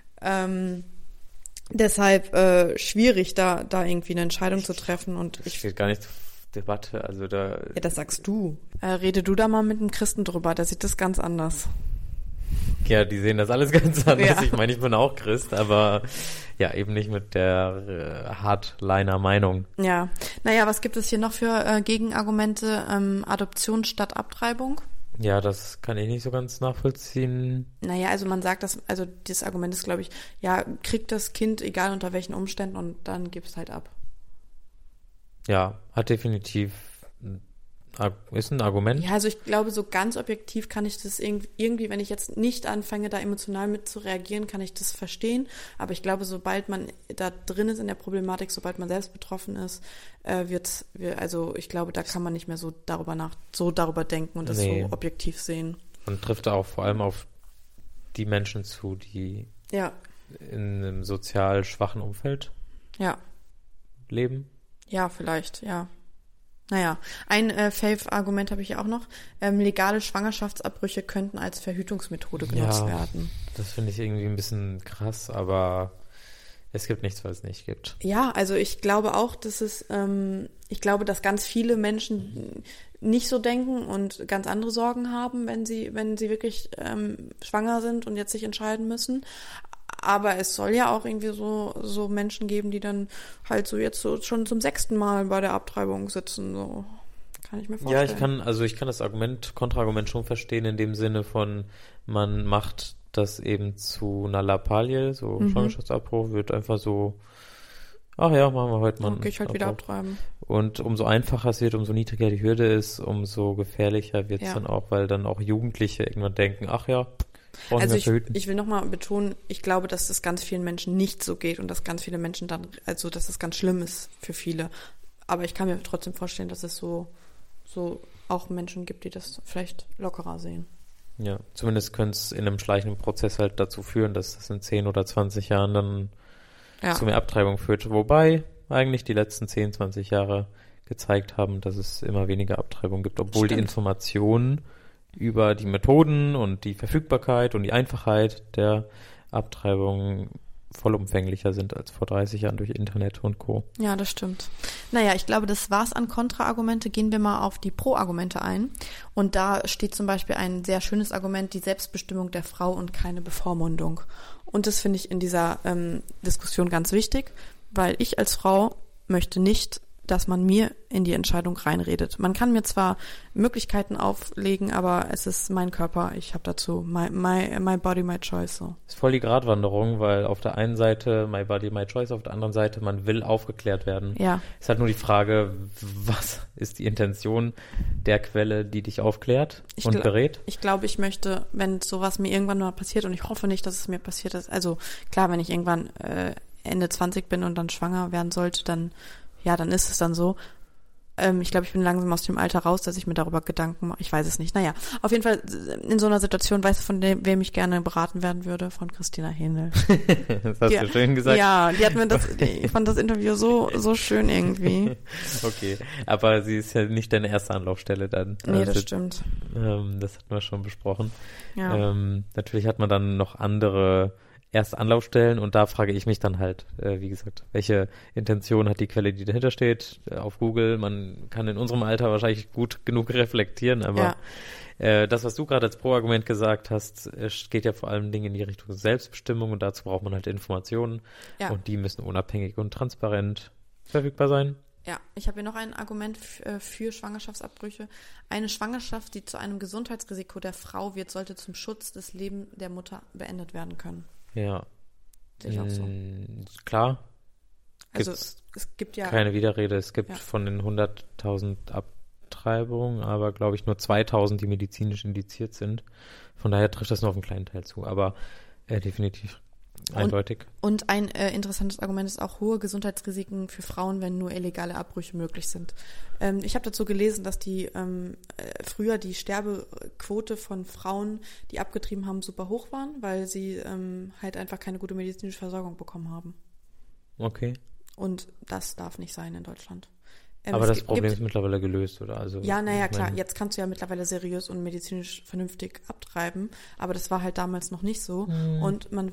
Deshalb schwierig, da irgendwie eine Entscheidung zu treffen. Und das steht gar nicht zur Debatte. Also da. Ja, das sagst du. Rede du da mal mit einem Christen drüber, der sieht das ganz anders. Ja, die sehen das alles ganz anders. Ja. Ich meine, ich bin auch Christ, aber ja, eben nicht mit der Hardliner-Meinung. Ja, naja, was gibt es hier noch für Gegenargumente? Adoption statt Abtreibung? Ja, das kann ich nicht so ganz nachvollziehen. Naja, also man sagt das, also das Argument ist, glaube ich, ja, kriegt das Kind, egal unter welchen Umständen, und dann gib's halt ab. Ja, hat definitiv, ist ein Argument. Ja, also ich glaube, so ganz objektiv kann ich das irgendwie, wenn ich jetzt nicht anfange, da emotional mit zu reagieren, kann ich das verstehen. Aber ich glaube, sobald man da drin ist in der Problematik, sobald man selbst betroffen ist, also ich glaube, da kann man nicht mehr so darüber denken und das so objektiv sehen. Und trifft auch vor allem auf die Menschen zu, die in einem sozial schwachen Umfeld leben. Ja, vielleicht, ja. Naja, ein Fave-Argument habe ich ja auch noch. Legale Schwangerschaftsabbrüche könnten als Verhütungsmethode genutzt werden. Das finde ich irgendwie ein bisschen krass, aber Es gibt nichts, was es nicht gibt. Ja, also ich glaube auch, ich glaube, dass ganz viele Menschen nicht so denken und ganz andere Sorgen haben, wenn sie wirklich schwanger sind und jetzt sich entscheiden müssen. Aber es soll ja auch irgendwie so Menschen geben, die dann halt so jetzt so schon zum 6. Mal bei der Abtreibung sitzen. So kann ich mir vorstellen. Ja, ich kann das Kontraargument schon verstehen in dem Sinne von, man macht das eben zu einer Lappalie, so Schwangerschaftsabbruch wird einfach so, ach ja, machen wir heute mal. Okay, ich halt wieder abtreiben. Und umso einfacher es wird, umso niedriger die Hürde ist, umso gefährlicher wird es dann auch, weil dann auch Jugendliche irgendwann denken, ach ja, also ich will nochmal betonen, ich glaube, dass das ganz vielen Menschen nicht so geht und dass ganz viele Menschen dann, also dass das ganz schlimm ist für viele. Aber ich kann mir trotzdem vorstellen, dass es so auch Menschen gibt, die das vielleicht lockerer sehen. Ja, zumindest könnte es in einem schleichenden Prozess halt dazu führen, dass das in 10 oder 20 Jahren dann zu mehr Abtreibung führt. Wobei eigentlich die letzten 10, 20 Jahre gezeigt haben, dass es immer weniger Abtreibung gibt, obwohl die Informationen über die Methoden und die Verfügbarkeit und die Einfachheit der Abtreibung vollumfänglicher sind als vor 30 Jahren durch Internet und Co. Ja, das stimmt. Naja, ich glaube, das war's an Kontraargumente. Gehen wir mal auf die Pro-Argumente ein. Und da steht zum Beispiel ein sehr schönes Argument, die Selbstbestimmung der Frau und keine Bevormundung. Und das finde ich in dieser Diskussion ganz wichtig, weil ich als Frau möchte nicht, dass man mir in die Entscheidung reinredet. Man kann mir zwar Möglichkeiten auflegen, aber es ist mein Körper. Ich habe dazu my body, my choice. So. Ist voll die Gratwanderung, weil auf der einen Seite my body, my choice, auf der anderen Seite man will aufgeklärt werden. Ja. Ist halt nur die Frage, was ist die Intention der Quelle, die dich aufklärt und berät? Ich glaube, ich möchte, wenn sowas mir irgendwann mal passiert, und ich hoffe nicht, dass es mir passiert ist, also klar, wenn ich irgendwann Ende 20 bin und dann schwanger werden sollte, dann ist es dann so. Ich glaube, ich bin langsam aus dem Alter raus, dass ich mir darüber Gedanken mache. Ich weiß es nicht. Naja, auf jeden Fall in so einer Situation, weißt du, von wem ich gerne beraten werden würde? Von Christina Hähnel. Das hast du schön gesagt. Ja, die hat mir ich fand das Interview so schön irgendwie. Okay, aber sie ist ja nicht deine erste Anlaufstelle dann. Nee, das stimmt. Das hatten wir schon besprochen. Ja. Natürlich hat man dann noch andere erste Anlaufstellen und da frage ich mich dann halt, wie gesagt, welche Intention hat die Quelle, die dahinter steht, auf Google. Man kann in unserem Alter wahrscheinlich gut genug reflektieren, aber das, was du gerade als Pro-Argument gesagt hast, geht ja vor allem Dingen in die Richtung Selbstbestimmung und dazu braucht man halt Informationen und die müssen unabhängig und transparent verfügbar sein. Ja, ich habe hier noch ein Argument für Schwangerschaftsabbrüche. Eine Schwangerschaft, die zu einem Gesundheitsrisiko der Frau wird, sollte zum Schutz des Lebens der Mutter beendet werden können. Ja. Sehe ich auch so. Klar. Also es gibt ja keine Widerrede. Es gibt von den 100.000 Abtreibungen, aber glaube ich nur 2.000, die medizinisch indiziert sind. Von daher trifft das nur auf einen kleinen Teil zu, aber definitiv eindeutig. Und ein interessantes Argument ist auch hohe Gesundheitsrisiken für Frauen, wenn nur illegale Abbrüche möglich sind. Ich habe dazu gelesen, dass früher die Sterbequote von Frauen, die abgetrieben haben, super hoch waren, weil sie halt einfach keine gute medizinische Versorgung bekommen haben. Okay. Und das darf nicht sein in Deutschland. Aber das Problem ist mittlerweile gelöst, oder? Also, ja, naja, klar. Jetzt kannst du ja mittlerweile seriös und medizinisch vernünftig abtreiben, aber das war halt damals noch nicht so. Und man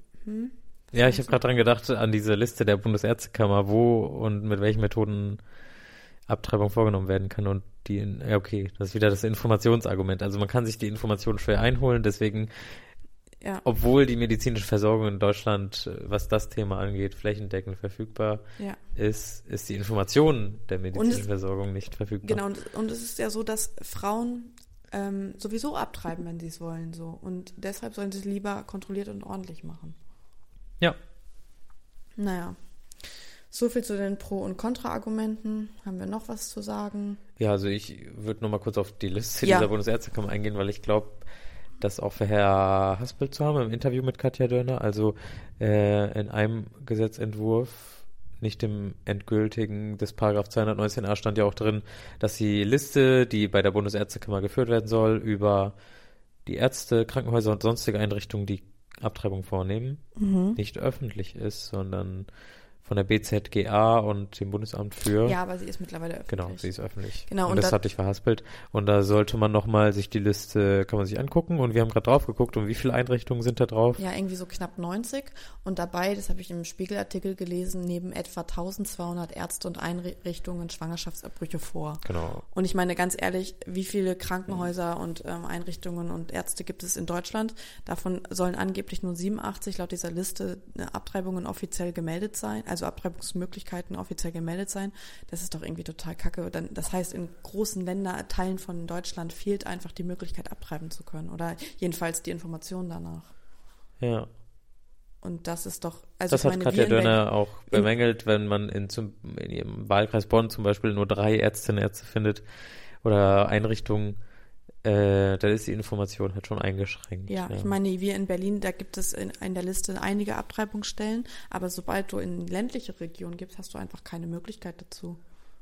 Ja, ich habe gerade dran gedacht, an diese Liste der Bundesärztekammer, wo und mit welchen Methoden Abtreibung vorgenommen werden kann. Und das ist wieder das Informationsargument. Also man kann sich die Informationen schwer einholen, deswegen, obwohl die medizinische Versorgung in Deutschland, was das Thema angeht, flächendeckend verfügbar ist die Information der medizinischen Versorgung nicht verfügbar. Genau, und es ist ja so, dass Frauen sowieso abtreiben, wenn sie es wollen. So. Und deshalb sollen sie es lieber kontrolliert und ordentlich machen. Ja. Naja, so viel zu den Pro- und Kontra-Argumenten. Haben wir noch was zu sagen? Ja, also ich würde noch mal kurz auf die Liste dieser Bundesärztekammer eingehen, weil ich glaube, das auch für Herr Haspel zu haben im Interview mit Katja Dörner. Also in einem Gesetzentwurf, nicht im endgültigen des Paragraph 219a stand ja auch drin, dass die Liste, die bei der Bundesärztekammer geführt werden soll, über die Ärzte, Krankenhäuser und sonstige Einrichtungen, die Abtreibung vornehmen, nicht öffentlich ist, sondern von der BZGA und dem Bundesamt für... Ja, aber sie ist mittlerweile öffentlich. Genau, sie ist öffentlich. Genau, und das hatte ich verhaspelt. Und da sollte man nochmal sich die Liste, kann man sich angucken. Und wir haben gerade drauf geguckt. Und wie viele Einrichtungen sind da drauf? Ja, irgendwie so knapp 90. Und dabei, das habe ich im Spiegelartikel gelesen, neben etwa 1200 Ärzte und Einrichtungen Schwangerschaftsabbrüche vor. Genau. Und ich meine, ganz ehrlich, wie viele Krankenhäuser und Einrichtungen und Ärzte gibt es in Deutschland? Davon sollen angeblich nur 87 laut dieser Liste Abtreibungen offiziell gemeldet sein, also Abtreibungsmöglichkeiten offiziell gemeldet sein. Das ist doch irgendwie total kacke. Das heißt, in großen Teilen von Deutschland fehlt einfach die Möglichkeit, abtreiben zu können. Oder jedenfalls die Information danach. Ja. Und das ist doch... Also das hat Katja Dörner auch bemängelt, wenn man in ihrem Wahlkreis Bonn zum Beispiel nur 3 Ärztinnen und Ärzte findet oder Einrichtungen, dann ist die Information halt schon eingeschränkt. Ja, ich meine, wir in Berlin, da gibt es in der Liste einige Abtreibungsstellen, aber sobald du in ländliche Regionen gibst, hast du einfach keine Möglichkeit dazu.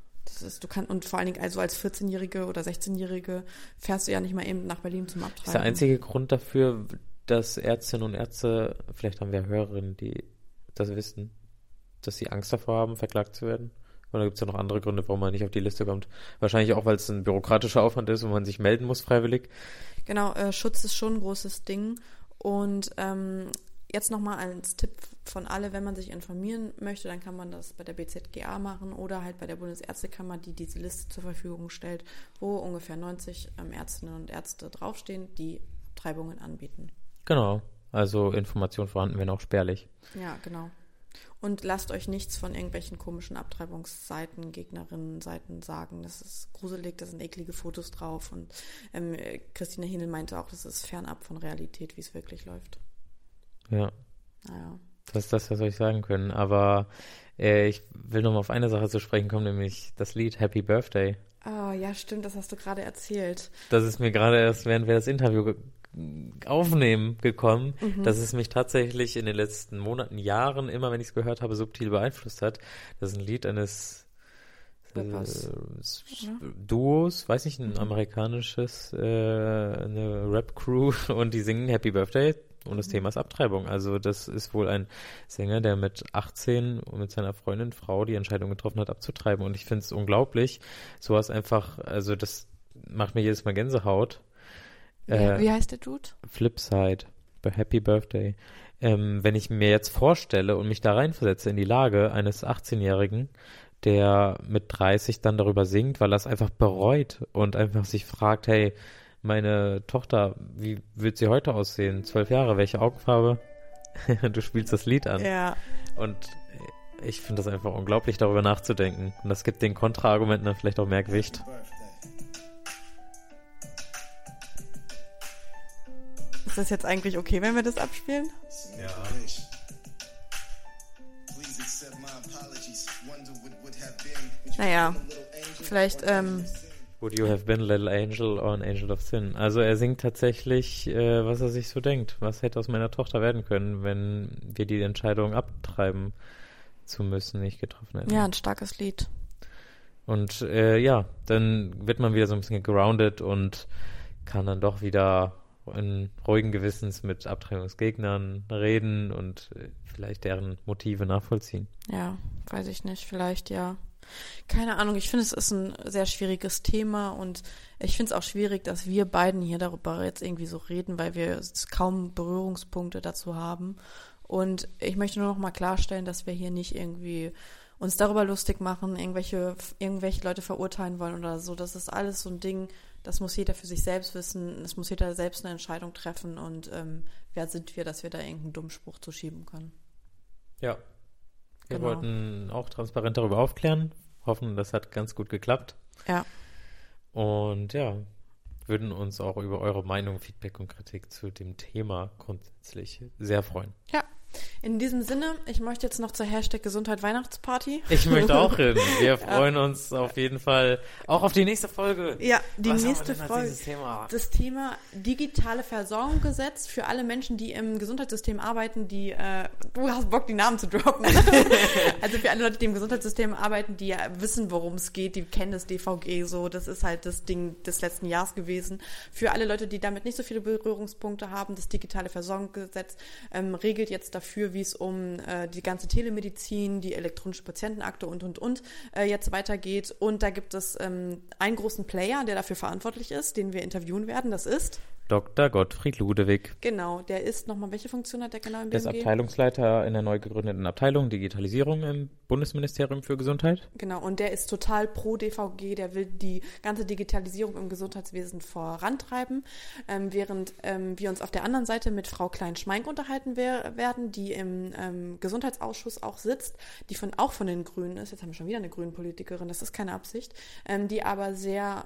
Und vor allen Dingen, also als 14-Jährige oder 16-Jährige fährst du ja nicht mal eben nach Berlin zum Abtreiben. Das ist der einzige Grund dafür, dass Ärztinnen und Ärzte, vielleicht haben wir Hörerinnen, die das wissen, dass sie Angst davor haben, verklagt zu werden? Oder gibt es ja noch andere Gründe, warum man nicht auf die Liste kommt? Wahrscheinlich auch, weil es ein bürokratischer Aufwand ist und man sich melden muss freiwillig. Genau, Schutz ist schon ein großes Ding. Und jetzt nochmal als Tipp von alle, wenn man sich informieren möchte, dann kann man das bei der BZGA machen oder halt bei der Bundesärztekammer, die diese Liste zur Verfügung stellt, wo ungefähr 90 Ärztinnen und Ärzte draufstehen, die Abtreibungen anbieten. Genau, also Informationen vorhanden, wenn auch spärlich. Ja, genau. Und lasst euch nichts von irgendwelchen komischen Abtreibungsseiten, Gegnerinnenseiten sagen. Das ist gruselig, da sind eklige Fotos drauf. Und Christina Hähnel meinte auch, das ist fernab von Realität, wie es wirklich läuft. Ja. Naja. Das soll ich sagen können. Aber ich will nochmal auf eine Sache zu sprechen kommen, nämlich das Lied Happy Birthday. Oh, ja, stimmt, das hast du gerade erzählt. Das ist mir gerade erst, während wir das Interview aufnehmen gekommen, dass es mich tatsächlich in den letzten Monaten, Jahren, immer wenn ich es gehört habe, subtil beeinflusst hat. Das ist ein Lied eines Duos, weiß nicht, ein amerikanisches, eine Rap-Crew und die singen Happy Birthday und das Thema ist Abtreibung. Also das ist wohl ein Sänger, der mit 18 und mit seiner Freundin, Frau, die Entscheidung getroffen hat, abzutreiben und ich finde es unglaublich, sowas einfach, also das macht mir jedes Mal Gänsehaut. Wie heißt der Dude? Flipside, bei Happy Birthday. Wenn ich mir jetzt vorstelle und mich da reinversetze in die Lage eines 18-Jährigen, der mit 30 dann darüber singt, weil er es einfach bereut und einfach sich fragt, hey, meine Tochter, wie wird sie heute aussehen? 12 Jahre, welche Augenfarbe? Du spielst das Lied an. Ja. Und ich finde das einfach unglaublich, darüber nachzudenken. Und das gibt den Kontraargumenten dann vielleicht auch mehr Gewicht. Ist das jetzt eigentlich okay, wenn wir das abspielen? Ja. Naja, vielleicht, Would you have been a little angel or an angel of sin? Also er singt tatsächlich, was er sich so denkt. Was hätte aus meiner Tochter werden können, wenn wir die Entscheidung abtreiben zu müssen, nicht getroffen hätten. Ja, ein starkes Lied. Und dann wird man wieder so ein bisschen gegroundet und kann dann doch wieder in ruhigen Gewissens mit Abtreibungsgegnern reden und vielleicht deren Motive nachvollziehen. Ja, weiß ich nicht, vielleicht ja. Keine Ahnung, ich finde, es ist ein sehr schwieriges Thema und ich finde es auch schwierig, dass wir beiden hier darüber jetzt irgendwie so reden, weil wir kaum Berührungspunkte dazu haben. Und ich möchte nur noch mal klarstellen, dass wir hier nicht irgendwie uns darüber lustig machen, irgendwelche Leute verurteilen wollen oder so. Das ist alles so ein Ding, das muss jeder für sich selbst wissen. Es muss jeder selbst eine Entscheidung treffen und wer sind wir, dass wir da irgendeinen dummen Spruch zuschieben können. Ja. Wir Genau. wollten auch transparent darüber aufklären, hoffen, das hat ganz gut geklappt. Ja. Und ja, würden uns auch über eure Meinung, Feedback und Kritik zu dem Thema grundsätzlich sehr freuen. Ja. In diesem Sinne, ich möchte jetzt noch zur Hashtag Gesundheit Weihnachtsparty. Ich möchte auch hin. Wir freuen uns auf jeden Fall auch auf die nächste Folge. Ja, die Was nächste haben wir denn als Folge. nächstes Thema? Das Thema digitale Versorgungsgesetz für alle Menschen, die im Gesundheitssystem arbeiten, du hast Bock, die Namen zu droppen. Also für alle Leute, die im Gesundheitssystem arbeiten, die wissen, worum es geht, die kennen das DVG so, das ist halt das Ding des letzten Jahres gewesen. Für alle Leute, die damit nicht so viele Berührungspunkte haben, das digitale Versorgungsgesetz regelt jetzt dafür, dafür, wie es um die ganze Telemedizin, die elektronische Patientenakte und jetzt weitergeht. Und da gibt es einen großen Player, der dafür verantwortlich ist, den wir interviewen werden. Das ist Dr. Gottfried Ludewig. Genau, der ist nochmal, welche Funktion hat der genau im BMG? Der ist Abteilungsleiter in der neu gegründeten Abteilung Digitalisierung im Bundesministerium für Gesundheit. Genau, und der ist total pro DVG, der will die ganze Digitalisierung im Gesundheitswesen vorantreiben, während wir uns auf der anderen Seite mit Frau Klein-Schmeink unterhalten werden, die im Gesundheitsausschuss auch sitzt, die auch von den Grünen ist, jetzt haben wir schon wieder eine Grünen-Politikerin, das ist keine Absicht, die aber sehr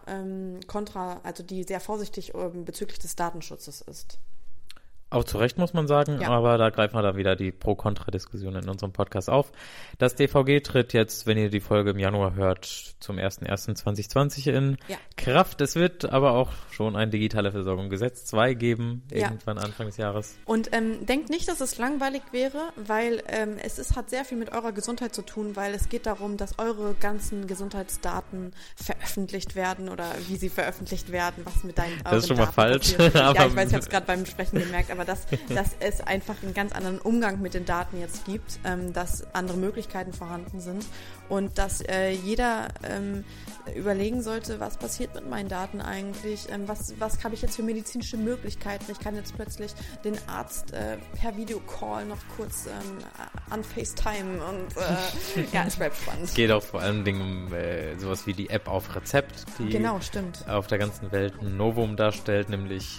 die sehr vorsichtig bezüglich des Datenschutzes ist. Auch zu Recht, muss man sagen, ja. Aber da greifen wir dann wieder die Pro-Kontra-Diskussion in unserem Podcast auf. Das DVG tritt jetzt, wenn ihr die Folge im Januar hört, zum 01.01.2020 in Kraft. Es wird aber auch schon ein digitale Versorgungsgesetz 2 geben, irgendwann Anfang des Jahres. Und denkt nicht, dass es langweilig wäre, weil hat sehr viel mit eurer Gesundheit zu tun, weil es geht darum, dass eure ganzen Gesundheitsdaten veröffentlicht werden oder wie sie veröffentlicht werden, was mit deinen Das ist schon mal Daten falsch. Ja, ich weiß, ich habe es gerade beim Sprechen gemerkt, aber dass es einfach einen ganz anderen Umgang mit den Daten jetzt gibt, dass andere Möglichkeiten vorhanden sind und dass jeder überlegen sollte, was passiert mit meinen Daten eigentlich, was habe ich jetzt für medizinische Möglichkeiten. Ich kann jetzt plötzlich den Arzt per Videocall noch kurz an FaceTime und es bleibt spannend. Es geht auch vor allen Dingen um sowas wie die App auf Rezept, die auf der ganzen Welt ein Novum darstellt, nämlich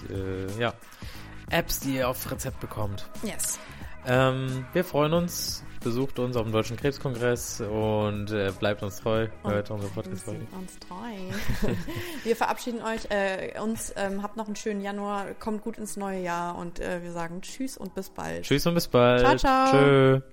Apps, die ihr auf Rezept bekommt. Yes. Wir freuen uns. Besucht uns auf dem Deutschen Krebskongress und bleibt uns treu. Hört unsere Podcast-Folge. Uns treu. Wir verabschieden uns. Habt noch einen schönen Januar. Kommt gut ins neue Jahr und wir sagen Tschüss und bis bald. Tschüss und bis bald. Ciao, ciao. Tschö.